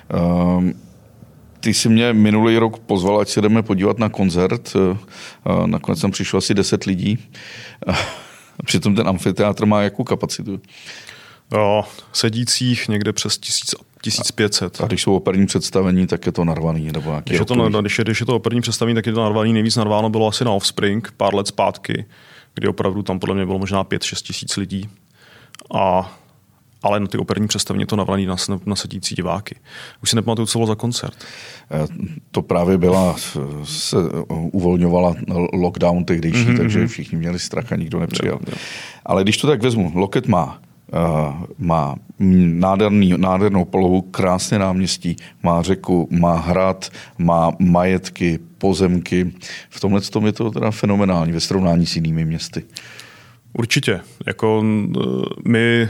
Ty jsi mě minulý rok pozval, ať se jdeme podívat na koncert. Nakonec tam přišlo asi 10 lidí. Přitom ten amfiteátr má jakou kapacitu? Jo, sedících někde přes 1500. A když jsou operní představení, tak je to narvaný? Nebo když je to operní představení, tak je to narvaný. Nejvíc narváno bylo asi na Offspring pár let zpátky, kdy opravdu tam podle mě bylo možná 5-6 tisíc lidí. Ale na ty operní představení je to narvaný na sedící diváky. Už si nepamatuju, co bylo za koncert. To právě se uvolňovala lockdown tehdejší, takže všichni měli strach a nikdo nepřijel. Jo. Ale když to tak vezmu, Loket má nádhernou polohu, krásné náměstí, má řeku, má hrad, má majetky, pozemky. V tomhle tom je to teda fenomenální ve srovnání s jinými městy. Určitě. Jako my,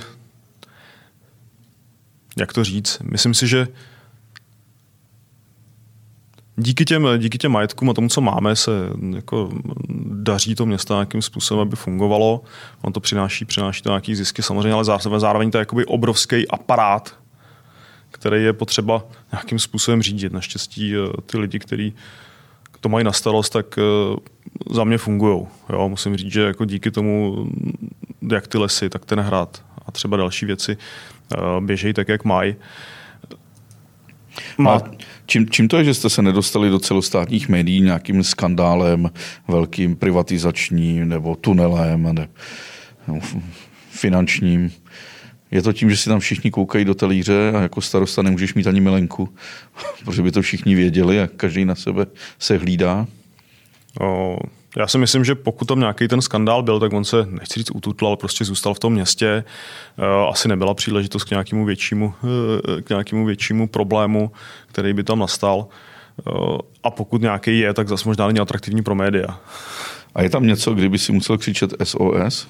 jak to říct, myslím si, že díky těm majetkům a tomu, co máme, se jako daří to město nějakým způsobem, aby fungovalo. On to přináší to nějaký zisky samozřejmě, ale zároveň to je jakoby obrovský aparát, který je potřeba nějakým způsobem řídit. Naštěstí ty lidi, kteří to mají na starost, tak za mě fungujou. Jo, musím říct, že jako díky tomu, jak ty lesy, tak ten hrad a třeba další věci běžejí tak, jak mají. Čím to je, že jste se nedostali do celostátních médií nějakým skandálem velkým privatizačním nebo tunelem nebo finančním? Je to tím, že si tam všichni koukají do talíře a jako starosta nemůžeš mít ani milenku, protože by to všichni věděli a každý na sebe se hlídá? Já si myslím, že pokud tam nějaký ten skandál byl, tak on se, nechci říct ututl, ale prostě zůstal v tom městě. Asi nebyla příležitost k nějakému většímu problému, který by tam nastal. A pokud nějaký je, tak zase možná není atraktivní pro média. A je tam něco, kdyby si musel křičet SOS?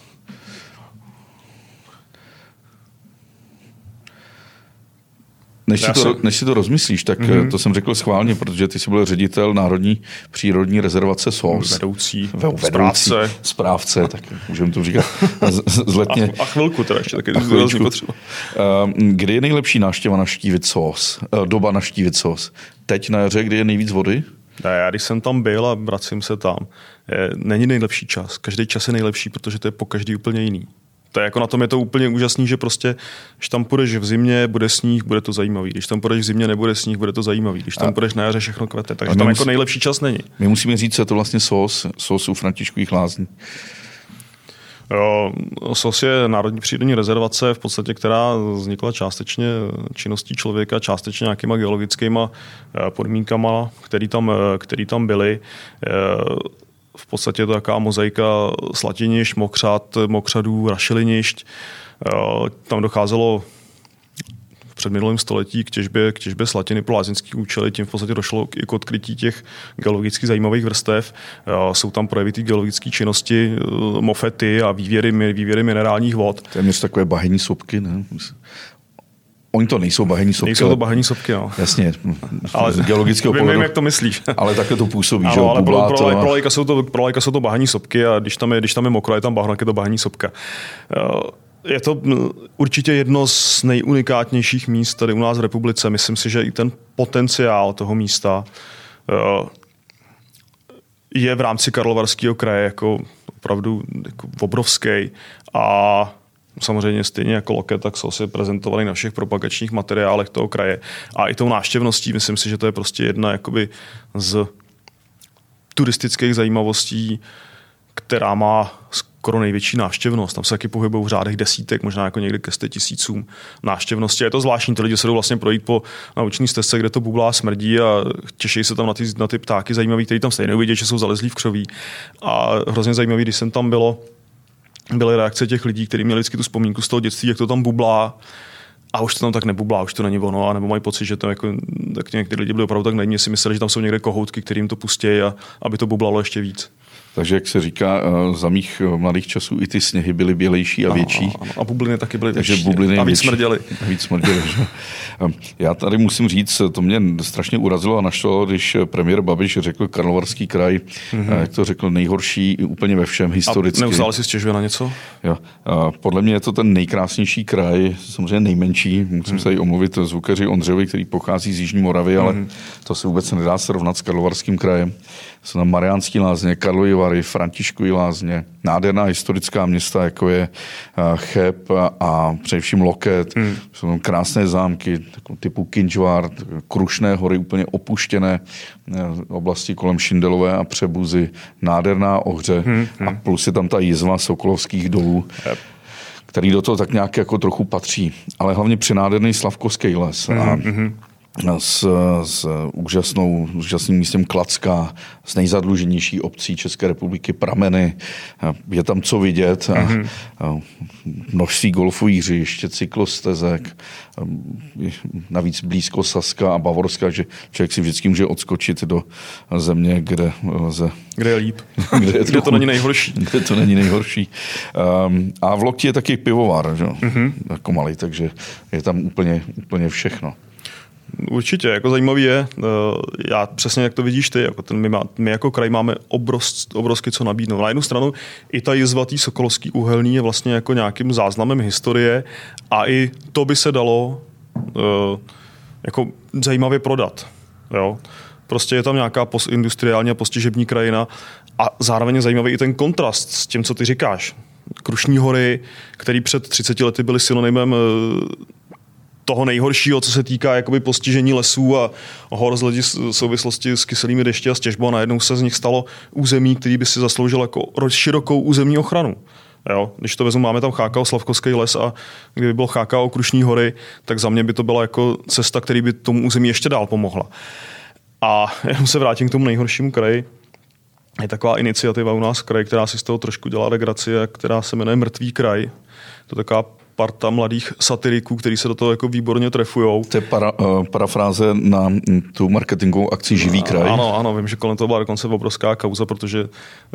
Než si to rozmyslíš, tak to jsem řekl schválně, protože ty jsi byl ředitel Národní přírodní rezervace SOS. Vedoucí, správce, tak můžeme to říkat zletně. A chvilku teda ještě taky potřeba. Kdy je nejlepší navštívit SOS? Doba navštívit SOS? Teď na jaře, kdy je nejvíc vody? Já když jsem tam byl a vracím se tam, není nejlepší čas. Každý čas je nejlepší, protože to je po každý úplně jiný. To je jako na tom je to úplně úžasný, že prostě, když tam půjdeš v zimě, bude sníh, bude to zajímavý. Když tam půjdeš v zimě, nebude sníh, bude to zajímavý. Když tam půjdeš na jaře, všechno kvete. Takže tam jako nejlepší čas není. My musíme říct, co je to vlastně SOS u Františkových lázní. SOS je národní přírodní rezervace, v podstatě, která vznikla částečně činností člověka, částečně nějakýma geologickýma podmínkama, který tam byly. V podstatě je to taková mozaika slatinišť, mokřadů, rašelinišť. Tam docházelo v předminulém století k těžbě slatiny pro lázeňský účely, tím v podstatě došlo i k odkrytí těch geologicky zajímavých vrstev. Jsou tam projevy té geologické činnosti, mofety a vývěry minerálních vod. Téměř takové bahenní sopky, ne? Oni to nejsou bahenní sopky. Nejsou to bahenní sopky, no. Jasně, ale z geologického pohledu. Vím, jak to myslíš. Ale takhle to působí, ano, že ale pro laika jsou to bahenní sopky a když tam je mokro, je tam bahno, tak je to bahenní sopka. Je to určitě jedno z nejunikátnějších míst tady u nás v republice. Myslím si, že i ten potenciál toho místa je v rámci Karlovarského kraje jako opravdu jako obrovský a samozřejmě stejně jako Loket, tak jsou se prezentovali na všech propagačních materiálech toho kraje. A i tou návštěvností, myslím si, že to je prostě jedna jakoby z turistických zajímavostí, která má skoro největší návštěvnost. Tam se taky pohybují v řádech desítek, možná jako někdy ke 100 000 návštěvnosti. Je to zvláštní, ty lidi se jdou vlastně projít po nauční stezce, kde to bublá, smrdí a těší se tam na ty ptáky zajímavý, který tam stejně uvidí, že jsou zalezlí v křoví. A hrozně zajímavý, když jsem tam byly reakce těch lidí, kteří měli vždycky tu vzpomínku z toho dětství, jak to tam bublá. A už to tam tak nebublá, už to není ono, a nebo mají pocit, že to jako, tak někteří lidi byli opravdu tak naivní, si mysleli, že tam jsou někde kohoutky, kterým to pustí a aby to bublalo ještě víc. Takže, jak se říká, za mých mladých časů i ty sněhy byly bělejší a větší. Ano. A bubliny taky byly větší. A víc smrděly. Já tady musím říct, to mě strašně urazilo a našlo, když premiér Babiš řekl Karlovarský kraj, jak to řekl, nejhorší úplně ve všem historicky. A neustále si stěžuje na něco? Jo. Podle mě je to ten nejkrásnější kraj, samozřejmě nejmenší. Musím se tady omluvit zvukaři Ondřejovi, který pochází z Jižní Moravy, ale to se vůbec nedá srovnat s Karlovarským krajem. Jsou tam Mariánský Lázně, Karlovy Vary, Františkovy Lázně, nádherná historická města, jako je Cheb a především Loket. Jsou tam krásné zámky typu Kinčvart, Krušné hory, úplně opuštěné oblasti kolem Šindelové a Přebuzy, nádherná Ohře a plus je tam ta jizva Sokolovských dolů, který do toho tak nějak jako trochu patří. Ale hlavně přenádherný Slavkovský les. S úžasným místem Klacka, s nejzadluženější obcí České republiky Prameny. Je tam co vidět. Množství golfových hřišť, cyklostezek, navíc blízko Saska a Bavorska, že člověk si vždycky může odskočit do země, kde lze... Kde je líp. Kde to není nejhorší. Kde to není nejhorší. A v Lokti je taky pivovar, že? Jako malý, takže je tam úplně všechno. Určitě, jako zajímavý je, já přesně jak to vidíš ty, jako my jako kraj máme obrovsky co nabídnout. Na jednu stranu i ta jizva tý Sokolovský uhelný je vlastně jako nějakým záznamem historie a i to by se dalo jako zajímavě prodat. Jo? Prostě je tam nějaká postindustriální a postižební krajina a zároveň je zajímavý i ten kontrast s tím, co ty říkáš. Krušní hory, který před 30 lety byly synonymem toho nejhoršího, co se týká jakoby postižení lesů a hor v souvislosti s kyselými dešti a s těžbou, a najednou se z nich stalo území, který by si zasloužil jako širokou územní ochranu. Jo? Když to vezmu, máme tam CHKO Slavkovský les a kdyby byl CHKO Krušní hory, tak za mě by to byla jako cesta, který by tomu území ještě dál pomohla. A já se vrátím k tomu nejhoršímu kraji. Je taková iniciativa u nás v kraji, která si z toho trošku dělá legraci, která se jmenuje Mrtvý kraj. To je taková parta mladých satiriků, kteří se do toho jako výborně trefujou. To je parafráze na tu marketingovou akci Živý kraj. Ano, vím, že kolem toho byla dokonce obrovská kauza, protože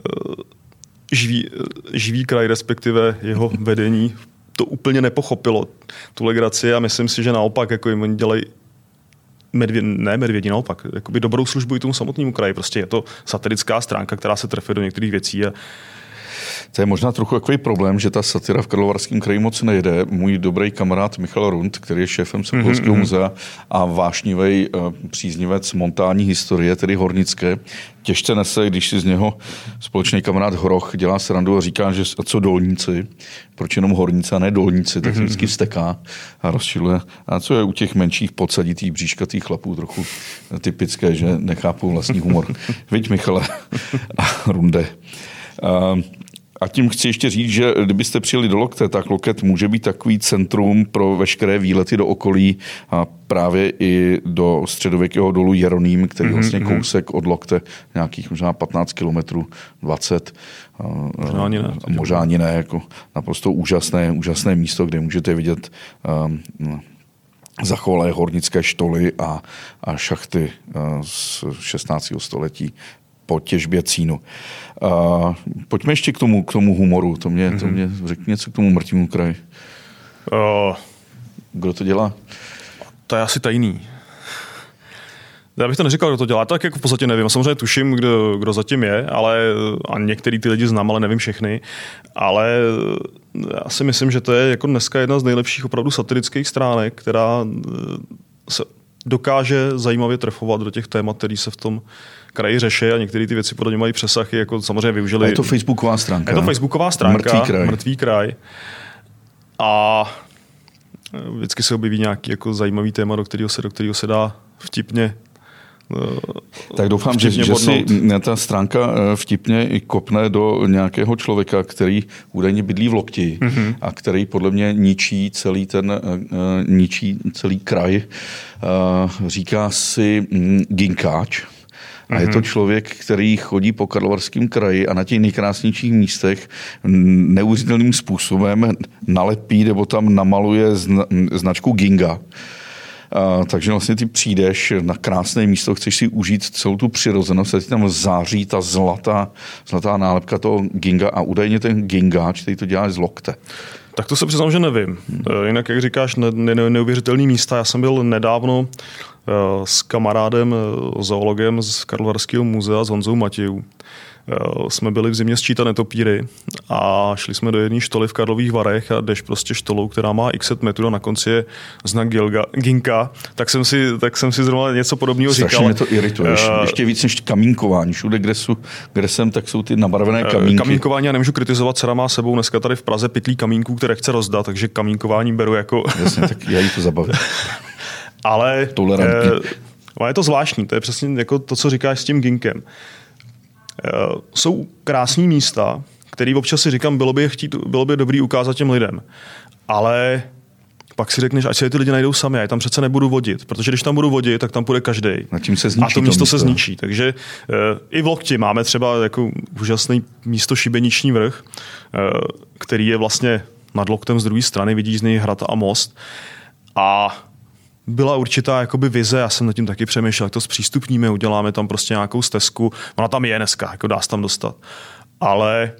živý kraj, respektive jeho vedení, to úplně nepochopilo, tu legraci, a myslím si, že naopak jako jim dělají medvědí, naopak, jakoby dobrou službu i tomu samotnému kraji. Prostě je to satirická stránka, která se trefuje do některých věcí. To je možná trochu takový problém, že ta satira v Karlovarském kraji moc nejde. Můj dobrý kamarád Michal Rund, který je šéfem Sokolovského muzea a vášnivý příznivec montální historie, tedy hornické, těžce nese, když si z něho společný kamarád Hroch dělá srandu a říká, že co dolníci, proč jenom horníci a ne dolníci, tak se vždycky vzteká a rozčiluje. A co je u těch menších podsaditých bříškatých chlapů trochu typické, že nechápou vlastní humor. Viď, Michale a Runde. A tím chci ještě říct, že kdybyste přijeli do Lokte, tak Loket může být takový centrum pro veškeré výlety do okolí a právě i do středověkého dolu Jeroným, který vlastně kousek od Lokte, nějakých možná 15 kilometrů, 20. Možná ani ne, jako naprosto úžasné místo, kde můžete vidět zachovalé hornické štoly a šachty z 16. století po těžbě cínu. Pojďme ještě k tomu humoru. To mě řekni něco k tomu Mrtvému kraji. Kdo to dělá? To je asi tajný. Já bych to neříkal, kdo to dělá, tak jako v podstatě nevím. Samozřejmě tuším, kdo zatím je, ale a některý ty lidi znám, ale nevím všechny. Ale já si myslím, že to je jako dneska jedna z nejlepších opravdu satirických stránek, která se dokáže zajímavě trefovat do těch témat, který se v tom kraji řeší a některé ty věci podle mě mají přesahy, jako samozřejmě využili. A je to facebooková stránka. Je to facebooková stránka, Mrtvý kraj. A vždycky se objeví nějaký jako zajímavý téma, do kterého se dá vtipně. Tak doufám, že si ta stránka vtipně i kopne do nějakého člověka, který údajně bydlí v Lokti a který podle mě ničí celý kraj. Říká si Ginkáč. A je to člověk, který chodí po Karlovarském kraji a na těch nejkrásnějších místech neuvěřitelným způsobem nalepí nebo tam namaluje značku Ginga. Takže vlastně ty přijdeš na krásné místo, chceš si užít celou tu přirozenost, a ti tam září ta zlatá nálepka toho Ginga a údajně ten Gingáč, který to dělá z Lokte. Tak to se přiznám, že nevím. Jinak, jak říkáš, neuvěřitelný místa. Já jsem byl nedávno s kamarádem, zoologem z Karlovarského muzea, s Honzou Matějů. Jsme byli v zimě sčítat netopíry a šli jsme do jedné štoly v Karlových Varech a jdeš prostě štolou, která má x metrů a na konci je znak Ginka, tak jsem si zrovna něco podobného říkal. Strašně mě to irituje. Ještě víc než kamínkování. Všude, kde jsem, tak jsou ty nabarvené kamínky. Kamínkování já nemůžu kritizovat, dcera má sebou dneska tady v Praze pytlí kamínků, které chce rozdat, takže kamínkování beru jako... Jasně, tak já jí to zabavím. Ale je to zvláštní, to je přesně jako to, co říkáš s tím Ginkem. Jsou krásné místa, které občas si říkám, bylo by dobrý ukázat těm lidem. Ale pak si řekneš, ať se ty lidi najdou sami, já je tam přece nebudu vodit, protože když tam budu vodit, tak tam půjde každej. A to místo se zničí. Takže i v Lokti máme třeba jako úžasný místo Šibeniční vrch, který je vlastně nad Loktem z druhé strany, vidíš z něj hrad a most. A byla určitá jakoby vize, já jsem nad tím taky přemýšlel, jak to zpřístupníme, uděláme tam prostě nějakou stezku, ona tam je dneska, jako dá se tam dostat. Ale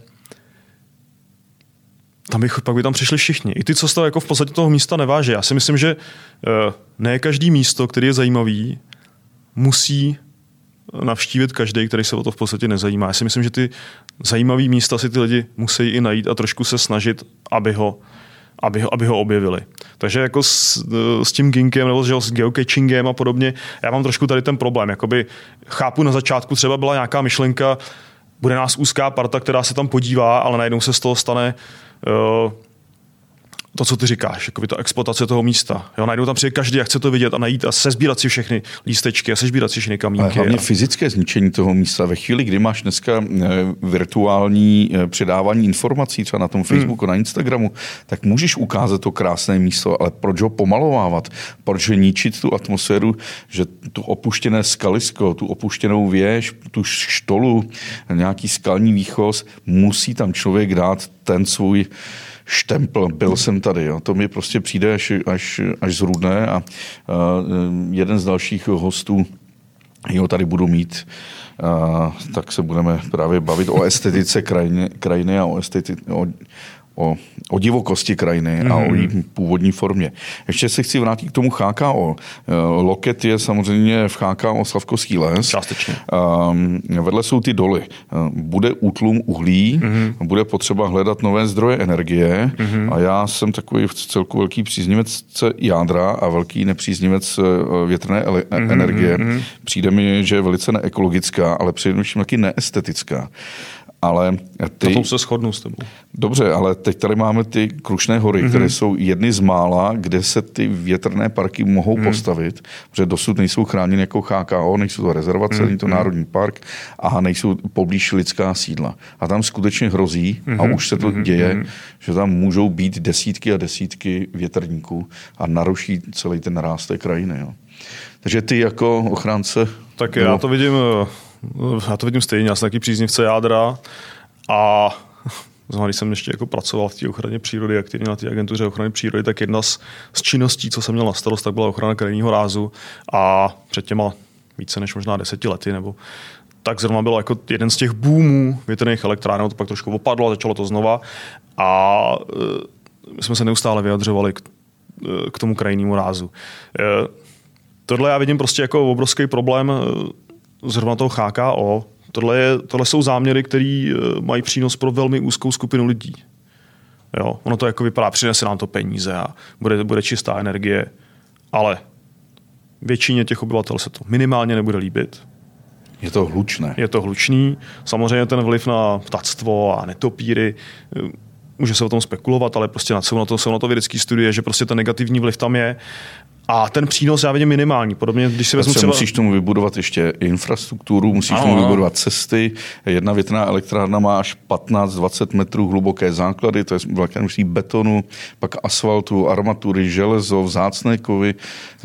pak by tam přišli všichni. I ty, co z toho jako v podstatě toho místa neváží. Já si myslím, že ne každý místo, který je zajímavý, musí navštívit každý, který se o to v podstatě nezajímá. Já si myslím, že ty zajímavý místa si ty lidi musí i najít a trošku se snažit, aby ho objevili. Takže jako s tím Ginkem nebo s geocachingem a podobně, já mám trošku tady ten problém. Jakoby chápu, na začátku třeba byla nějaká myšlenka, bude nás úzká parta, která se tam podívá, ale najednou se z toho stane to, co ty říkáš, jakoby ta exploatace toho místa. Jo, najdou tam přijde každý a chce to vidět a najít a sezbírat si všechny lístečky a sezbírat si všechny kamínky. Ale hlavně fyzické zničení toho místa. Ve chvíli, kdy máš dneska virtuální předávání informací třeba na tom Facebooku, na Instagramu, tak můžeš ukázat to krásné místo, ale proč ho pomalovávat? Proč ničit tu atmosféru, že tu opuštěné skalisko, tu opuštěnou věž, tu štolu, nějaký skalní výchoz, musí tam člověk dát ten svůj štempl, byl jsem tady. Jo. To mi prostě přijde až zrůdné a jeden z dalších hostů, jo, tady budu mít, tak se budeme právě bavit o estetice krajiny a o divokosti krajiny a o její původní formě. Ještě se chci vrátit k tomu HKO. Loket je samozřejmě v HKO Slavkovský les. Částečně. Vedle jsou ty doly. Bude útlum uhlí, bude potřeba hledat nové zdroje energie a já jsem takový v celku velký příznivec jádra a velký nepříznivec větrné energie. Přijde mi, že je velice neekologická, ale především taky neestetická. Ale na tom se shodnu s tebou. Dobře, ale teď tady máme ty Krušné hory, které jsou jedny z mála, kde se ty větrné parky mohou postavit, protože dosud nejsou chráněny jako HKO, nejsou to rezervace, není to národní park a nejsou poblíž lidská sídla. A tam skutečně hrozí, a už se to děje, že tam můžou být desítky a desítky větrníků a naruší celý ten nárástek krajiny. Jo. Takže ty jako ochránce... Tak já to vidím stejně, já jsem taky příznivce jádra a když jsem ještě jako pracoval v té ochraně přírody, aktivně na té agentuře ochrany přírody, tak jedna z činností, co jsem měl na starost, tak byla ochrana krajinného rázu a před těma více než možná 10 lety, nebo tak zrovna bylo jako jeden z těch boomů větrných elektráren, to pak trošku opadlo a začalo to znova a my jsme se neustále vyjadřovali k tomu krajinnému rázu. Tohle já vidím prostě jako obrovský problém zrovna toho HKO. Tohle jsou záměry, které mají přínos pro velmi úzkou skupinu lidí. Jo? Ono to jako vypadá, přinese nám to peníze a bude čistá energie, ale většině těch obyvatel se to minimálně nebude líbit. Je to hlučné. Je to hlučný. Samozřejmě ten vliv na ptactvo a netopíry, může se o tom spekulovat, ale prostě jsou na to vědecké studie, že prostě ten negativní vliv tam je. A ten přínos já vidím minimální. Podobně, když si vezmu třeba... Musíš tomu vybudovat ještě infrastrukturu, musíš tomu vybudovat cesty. Jedna větrná elektrárna má až 15-20 metrů hluboké základy, to je velké množství betonu, pak asfaltu, armatury, železo, vzácné kovy.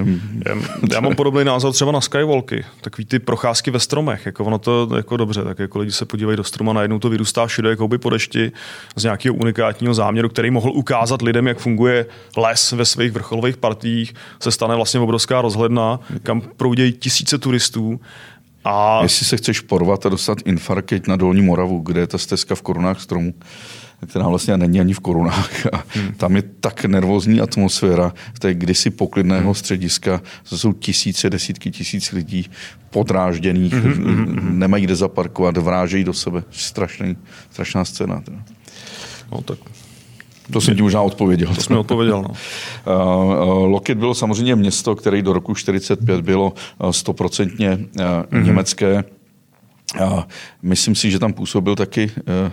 Já mám podobný názor třeba na skywalky. Takový ty procházky ve stromech. Jako ono to jako dobře, tak jako lidi se podívají do stroma, najednou to vyrůstá všude jako by po dešti z nějakého unikátního záměru, který mohl ukázat lidem, jak funguje les ve svých vrcholových partiích. Se stane vlastně obrovská rozhledna, kam proudějí tisíce turistů. A... Jestli se chceš porvat a dostat infarkt na Dolní Moravu, kde je ta stezka v korunách stromů, která vlastně není ani v korunách. A tam je tak nervózní atmosféra v té kdysi poklidného střediska. To jsou tisíce, desítky tisíc lidí podrážděných, nemají kde zaparkovat, vrážejí do sebe. Strašná scéna. Teda. No tak... To jsem ti možná odpověděl. To jsem odpověděl, no. Loket bylo samozřejmě město, které do roku 1945 bylo 100% německé. Myslím si, že tam působil taky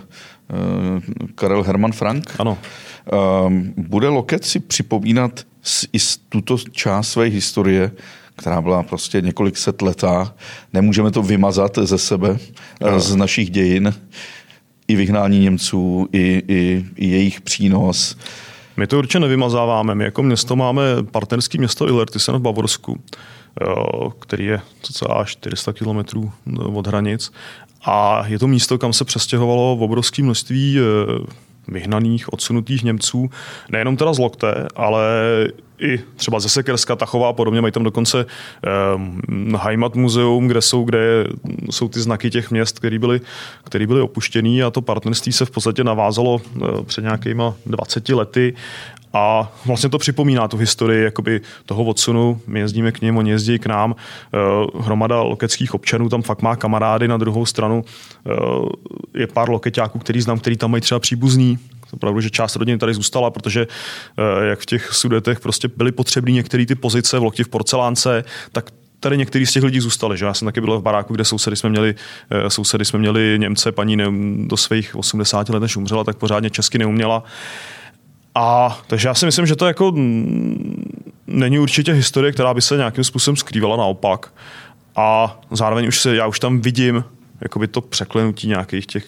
Karel Hermann Frank. Ano. Bude Loket si připomínat i tuto část své historie, která byla prostě několik set letá. Nemůžeme to vymazat ze sebe, z našich dějin. I vyhnání Němců, i jejich přínos. My to určitě nevymazáváme. My jako město máme partnerské město Illertissen v Bavorsku, který je cca 400 kilometrů od hranic. A je to místo, kam se přestěhovalo obrovské množství vyhnaných, odsunutých Němců. Nejenom teda z Lokte, ale i třeba ze Sekerska, Tachova a podobně. Mají tam dokonce Heimat muzeum, kde jsou ty znaky těch měst, které byly opuštěný, a to partnerství se v podstatě navázalo před nějakýma 20 lety a vlastně to připomíná tu historii jakoby toho odsunu. My jezdíme k nim, oni jezdí k nám. Hromada lokeckých občanů tam fakt má kamarády. Na druhou stranu je pár lokeťáků, který znám, který tam mají třeba příbuzný. Opravdu, že část rodiny tady zůstala, protože jak v těch Sudetech prostě byly potřebné některé ty pozice v Lokti v porcelánce, tak tady některý z těch lidí zůstali. Že? Já jsem taky byl v baráku, kde sousedy jsme měli Němce, paní do svých 80 let, než umřela, tak pořádně česky neuměla. Takže já si myslím, že to jako není určitě historie, která by se nějakým způsobem skrývala, naopak. A zároveň já už tam vidím jakoby to překlenutí nějakých těch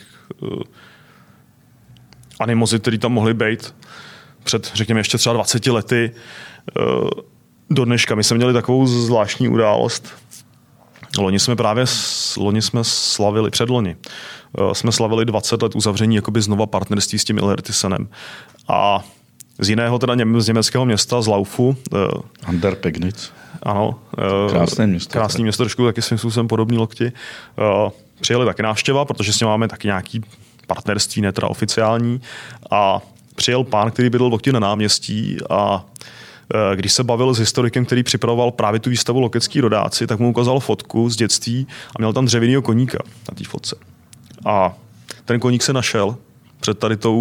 animozit, které tam mohly být před, řekněme, ještě třeba 20 lety do dneška. My jsme měli takovou zvláštní událost. Loni jsme slavili, předloni, jsme slavili 20 let uzavření jakoby znova partnerství s tím Illertissenem. A z jiného, teda z německého města, z Laufu. Ander Pegnitz. Ano. Krásné město. Krásné město, trošku taky svým způsobem podobný Lokti. Přijeli taky návštěva, protože s ním máme taky nějaký partnerství, ne teda oficiální. A přijel pán, který bydlel v Lokti na náměstí, a když se bavil s historikem, který připravoval právě tu výstavu Lokecký rodáci, tak mu ukázal fotku z dětství a měl tam dřevěnýho koníka na té fotce. A ten koník se našel před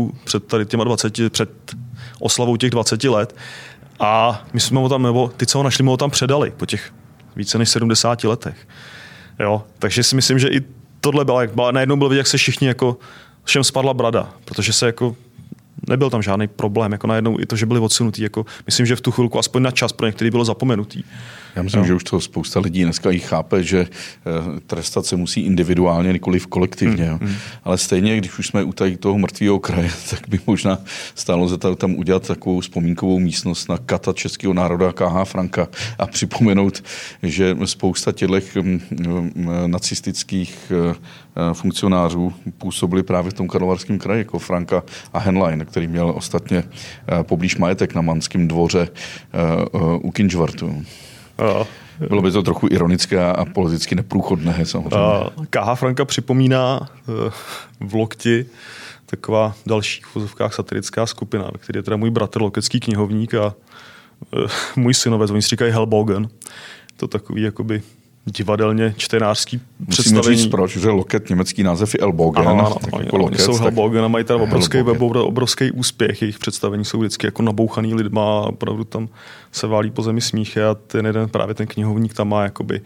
oslavou těch 20 let. A my jsme ho tam, nebo ty, co ho našli, mu ho tam předali po těch více než 70 letech. Jo? Takže si myslím, že i tohle byla najednou bylo vidět, jak se všichni jako všem spadla brada, protože se jako nebyl tam žádný problém, jako najednou i to, že byli odsunutí, jako myslím, že v tu chvilku aspoň na čas pro některý bylo zapomenutý. Já myslím, že už to spousta lidí dneska i chápe, že trestat se musí individuálně, nikoliv kolektivně. Ale stejně, když už jsme u toho mrtvého kraje, tak by možná stálo za tam udělat takovou vzpomínkovou místnost na kata českého národa K.H. Franka a připomenout, že spousta těchto nacistických funkcionářů působili právě v tom Karlovarském kraji, jako Franka a Henlein, který měl ostatně poblíž majetek na Manském dvoře u Kynžvartu. Bylo by to trochu ironické a politicky neprůchodné, samozřejmě. K.H. Franka připomíná v Lokti taková další v uvozovkách satirická skupina, který je teda můj bratr, lokecký knihovník a můj synovec, oni si říkají Hellbogen. To takový jakoby divadelně čtenářský představení. Musíme říct proč, že Loket, německý název je Elbogen. Ano, oni jsou Hellbogen a mají tady obrovský úspěch. Jejich představení jsou vždycky jako nabouchaný lidma a opravdu tam se válí po zemi smíchy a právě ten knihovník tam má jakoby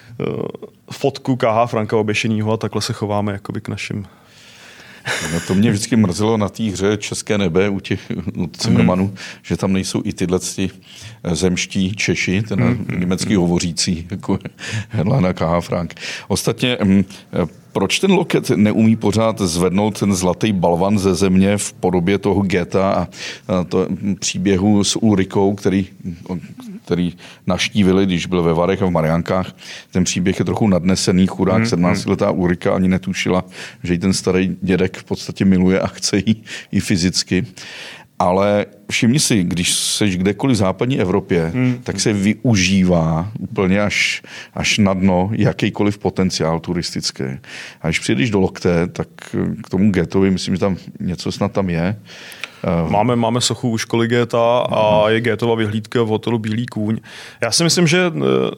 fotku K.H. Franka oběšenýho a takhle se chováme jakoby k našim. No to mě vždycky mrzelo na té hře České nebe u Cimrmanů, že tam nejsou i tyhle zemští Češi, ten německý hovořící, jako Henlein a K.H. Frank. Ostatně, proč ten Loket neumí pořád zvednout ten zlatý balvan ze země v podobě toho geta a to příběhu s Ulrikou, který navštívili, když byl ve Varech a v Mariánkách. Ten příběh je trochu nadnesený, chudák 17letá Ulrika ani netušila, že ji ten starý dědek v podstatě miluje a chce jí i fyzicky. Ale všimni si, když seš kdekoliv v západní Evropě, tak se využívá úplně až na dno jakýkoliv potenciál turistický. A když přijdeš do Lokte, tak k tomu getovi, myslím, že tam něco snad tam je. Máme sochu u školy Géta a je Gétova vyhlídka v hotelu Bílý kůň. Já si myslím, že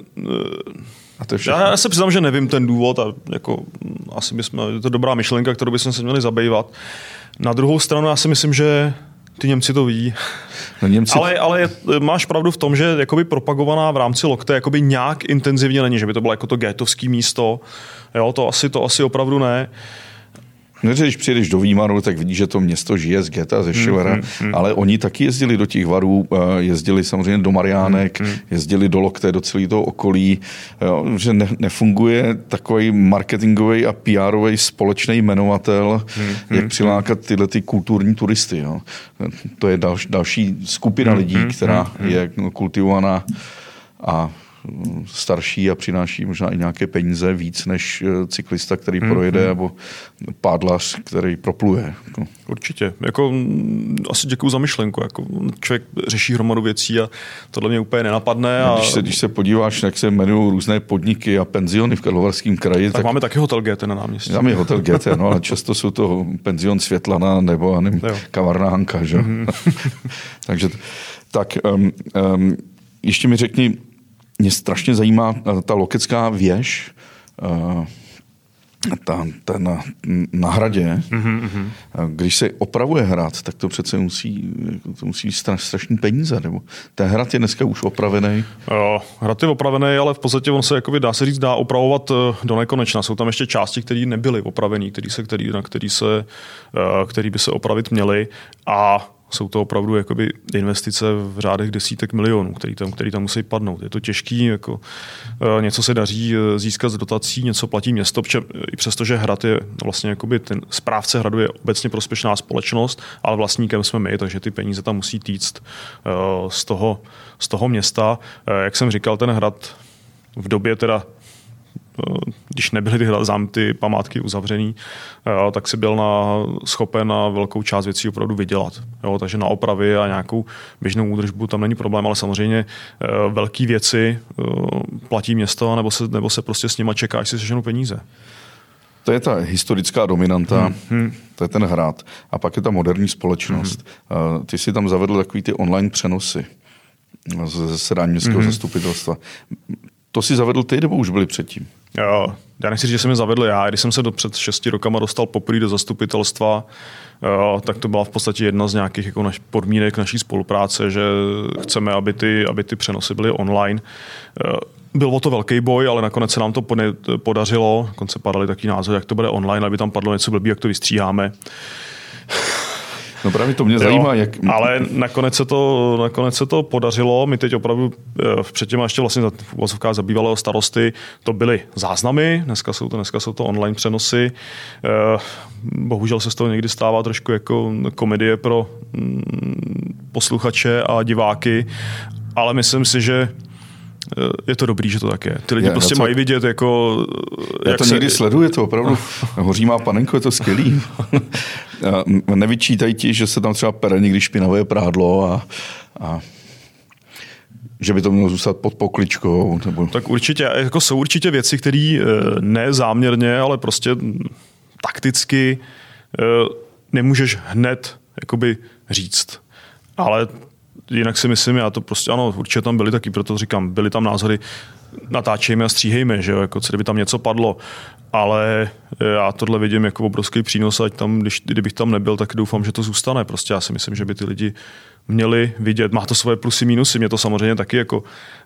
já se přiznám, že nevím ten důvod a jako asi je to dobrá myšlenka, kterou bychom se měli zabývat. Na druhou stranu já si myslím, že ty Němci to ví. No, ale máš pravdu v tom, že jakoby propagovaná v rámci Lokte jakoby nějak intenzivně není, že by to bylo jako to gétovské místo. Jo, to asi opravdu ne. No, když přijedeš do Výmaru, tak vidíš, že to město žije z geta, ze Schillera, ale oni taky jezdili do těch Varů, jezdili samozřejmě do Mariánek, jezdili do Lokte, do celého toho okolí, jo, že nefunguje takový marketingový a PR-ový společný jmenovatel, jak přilákat tyhle ty kulturní turisty. Jo. To je další skupina lidí, která je kultivovaná a starší a přináší možná i nějaké peníze víc než cyklista, který projede, nebo pádlař, který propluje. Určitě. Jako, asi děkuju za myšlenku. Jako, člověk řeší hromadu věcí a tohle mě úplně nenapadne. Když se podíváš, jak se jmenují různé podniky a penziony v Karlovarském kraji, tak máme taky hotel GT na náměstí. Tam je hotel GT, no, ale často jsou to penzion Světlana nebo kavárna Hanka. Že? Takže tak, ještě mi řekni, mě strašně zajímá ta lokecká věž, na hradě. Když se opravuje hrad, tak to přece musí strašný peníze. Nebo ten hrad je dneska už opravený. Hrad je opravený, ale v podstatě on se, jakoby, dá opravovat do nekonečna. Jsou tam ještě části, které nebyly opravený, které by se opravit měly a jsou to opravdu jakoby investice v řádech desítek milionů, který tam musí padnout. Je to těžký, jako, něco se daří získat z dotací, něco platí město, i přesto, že hrad je vlastně jakoby ten správce hradu je obecně prospěšná společnost, ale vlastníkem jsme my, takže ty peníze tam musí týct z toho města. Jak jsem říkal, ten hrad v době teda když nebyly ty památky uzavřený, tak si byl schopen na velkou část věcí opravdu vydělat. Jo, takže na opravy a nějakou běžnou údržbu tam není problém, ale samozřejmě velké věci platí město, nebo se prostě s nima čeká, až si seženou peníze. To je ta historická dominanta, to je ten hrad. A pak je ta moderní společnost. Ty si tam zavedl takový ty online přenosy ze zasedání městského zastupitelstva. To si zavedl ty, nebo už byli předtím? Jo, já nechci říct, že jsem je zavedl já. Když jsem se před 6 rokama dostal poprvé do zastupitelstva, tak to byla v podstatě jedna z nějakých jako podmínek naší spolupráce, že chceme, aby ty přenosy byly online. Byl o to velký boj, ale nakonec se nám to podařilo. Dokonce padaly taky názory, jak to bude online, aby tam padlo něco blbý, jak to vystříháme. No právě to mě zajímá, jak... Ale nakonec se to podařilo. My teď opravdu předtím ještě vlastně v uvozovkách zabývalého starosty to byly záznamy, dneska jsou to online přenosy. Bohužel se z toho někdy stává trošku jako komedie pro posluchače a diváky, ale myslím si, že je to dobrý, že to tak je. Ty lidi prostě mají vidět, jako... Já to někdy sleduju, to opravdu hoří má panenko, je to skvělý. Nevyčítají ti, že se tam třeba pere někdy špinavé prádlo a že by to mělo zůstat pod pokličkou. Nebo... Tak určitě, jako jsou určitě věci, které ne záměrně, ale prostě takticky nemůžeš hned jakoby říct. Ale jinak si myslím, já to prostě, ano, určitě tam byly taky, proto říkám, byly tam názory, natáčejme a stříhejme, že jo, jako kdyby tam něco padlo, ale já tohle vidím jako obrovský přínos, ať tam, kdybych tam nebyl, tak doufám, že to zůstane, prostě já si myslím, že by ty lidi měli vidět, má to svoje plusy, mínusy, mě to samozřejmě taky jako,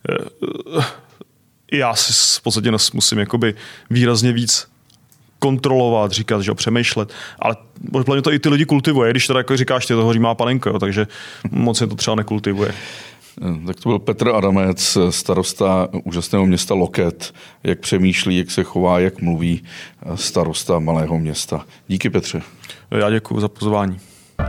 já si v podstatě musím jakoby výrazně víc kontrolovat, říkat, že přemýšlet, ale podle mě to i ty lidi kultivuje, když teda jako říkáš, ty to hoří má panenko, jo, takže moc se to třeba nekultivuje. Tak to byl Petr Adamec, starosta úžasného města Loket, jak přemýšlí, jak se chová, jak mluví starosta malého města. Díky, Petře. Já děkuji za pozvání.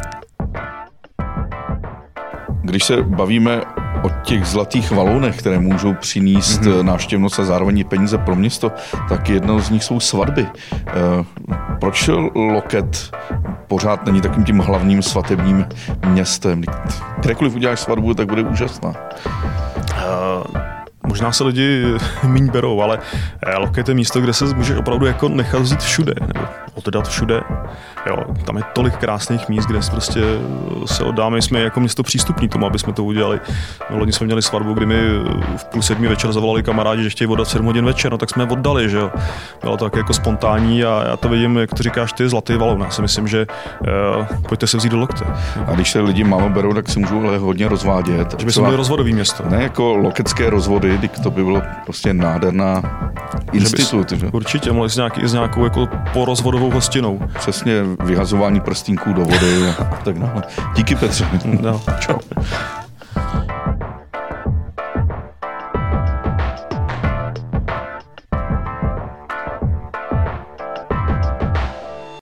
Když se bavíme o těch zlatých valonech, které můžou přinést návštěvnost a zároveň peníze pro město, tak jednou z nich jsou svatby. Proč Loket pořád není takým tím hlavním svatebním městem? Kdekoliv uděláš svatbu, tak bude úžasná. Možná se lidi míň berou, ale Loket je místo, kde se můžeš opravdu jako nechat vzít všude, nebo oddat všude. Jo, tam je tolik krásných míst, kde prostě se oddáme, jsme jako město přístupní tomu, aby jsme to udělali. No, loni jsme měli svatbu, kdy mi v 6:30 večer zavolali kamarádi, že chtějí oddat 7 hodin večer, no tak jsme je oddali, že jo. Bylo to tak jako spontánní a já to vidím, jak to říkáš ty, zlatý valon. Já si myslím, že pojďte se vzít do Lokte. A když se lidi málo berou, tak se můžou ale hodně rozvádět. Že by jsme byli rozvodový město. Ne jako lokecké rozvody, to by bylo prostě nádherná institut. Určitě, mohli s nějakou jako porozvodovou hostinou. Přesně, vyhazování prstínků do vody a tak dále. Díky, Petře. No, čau.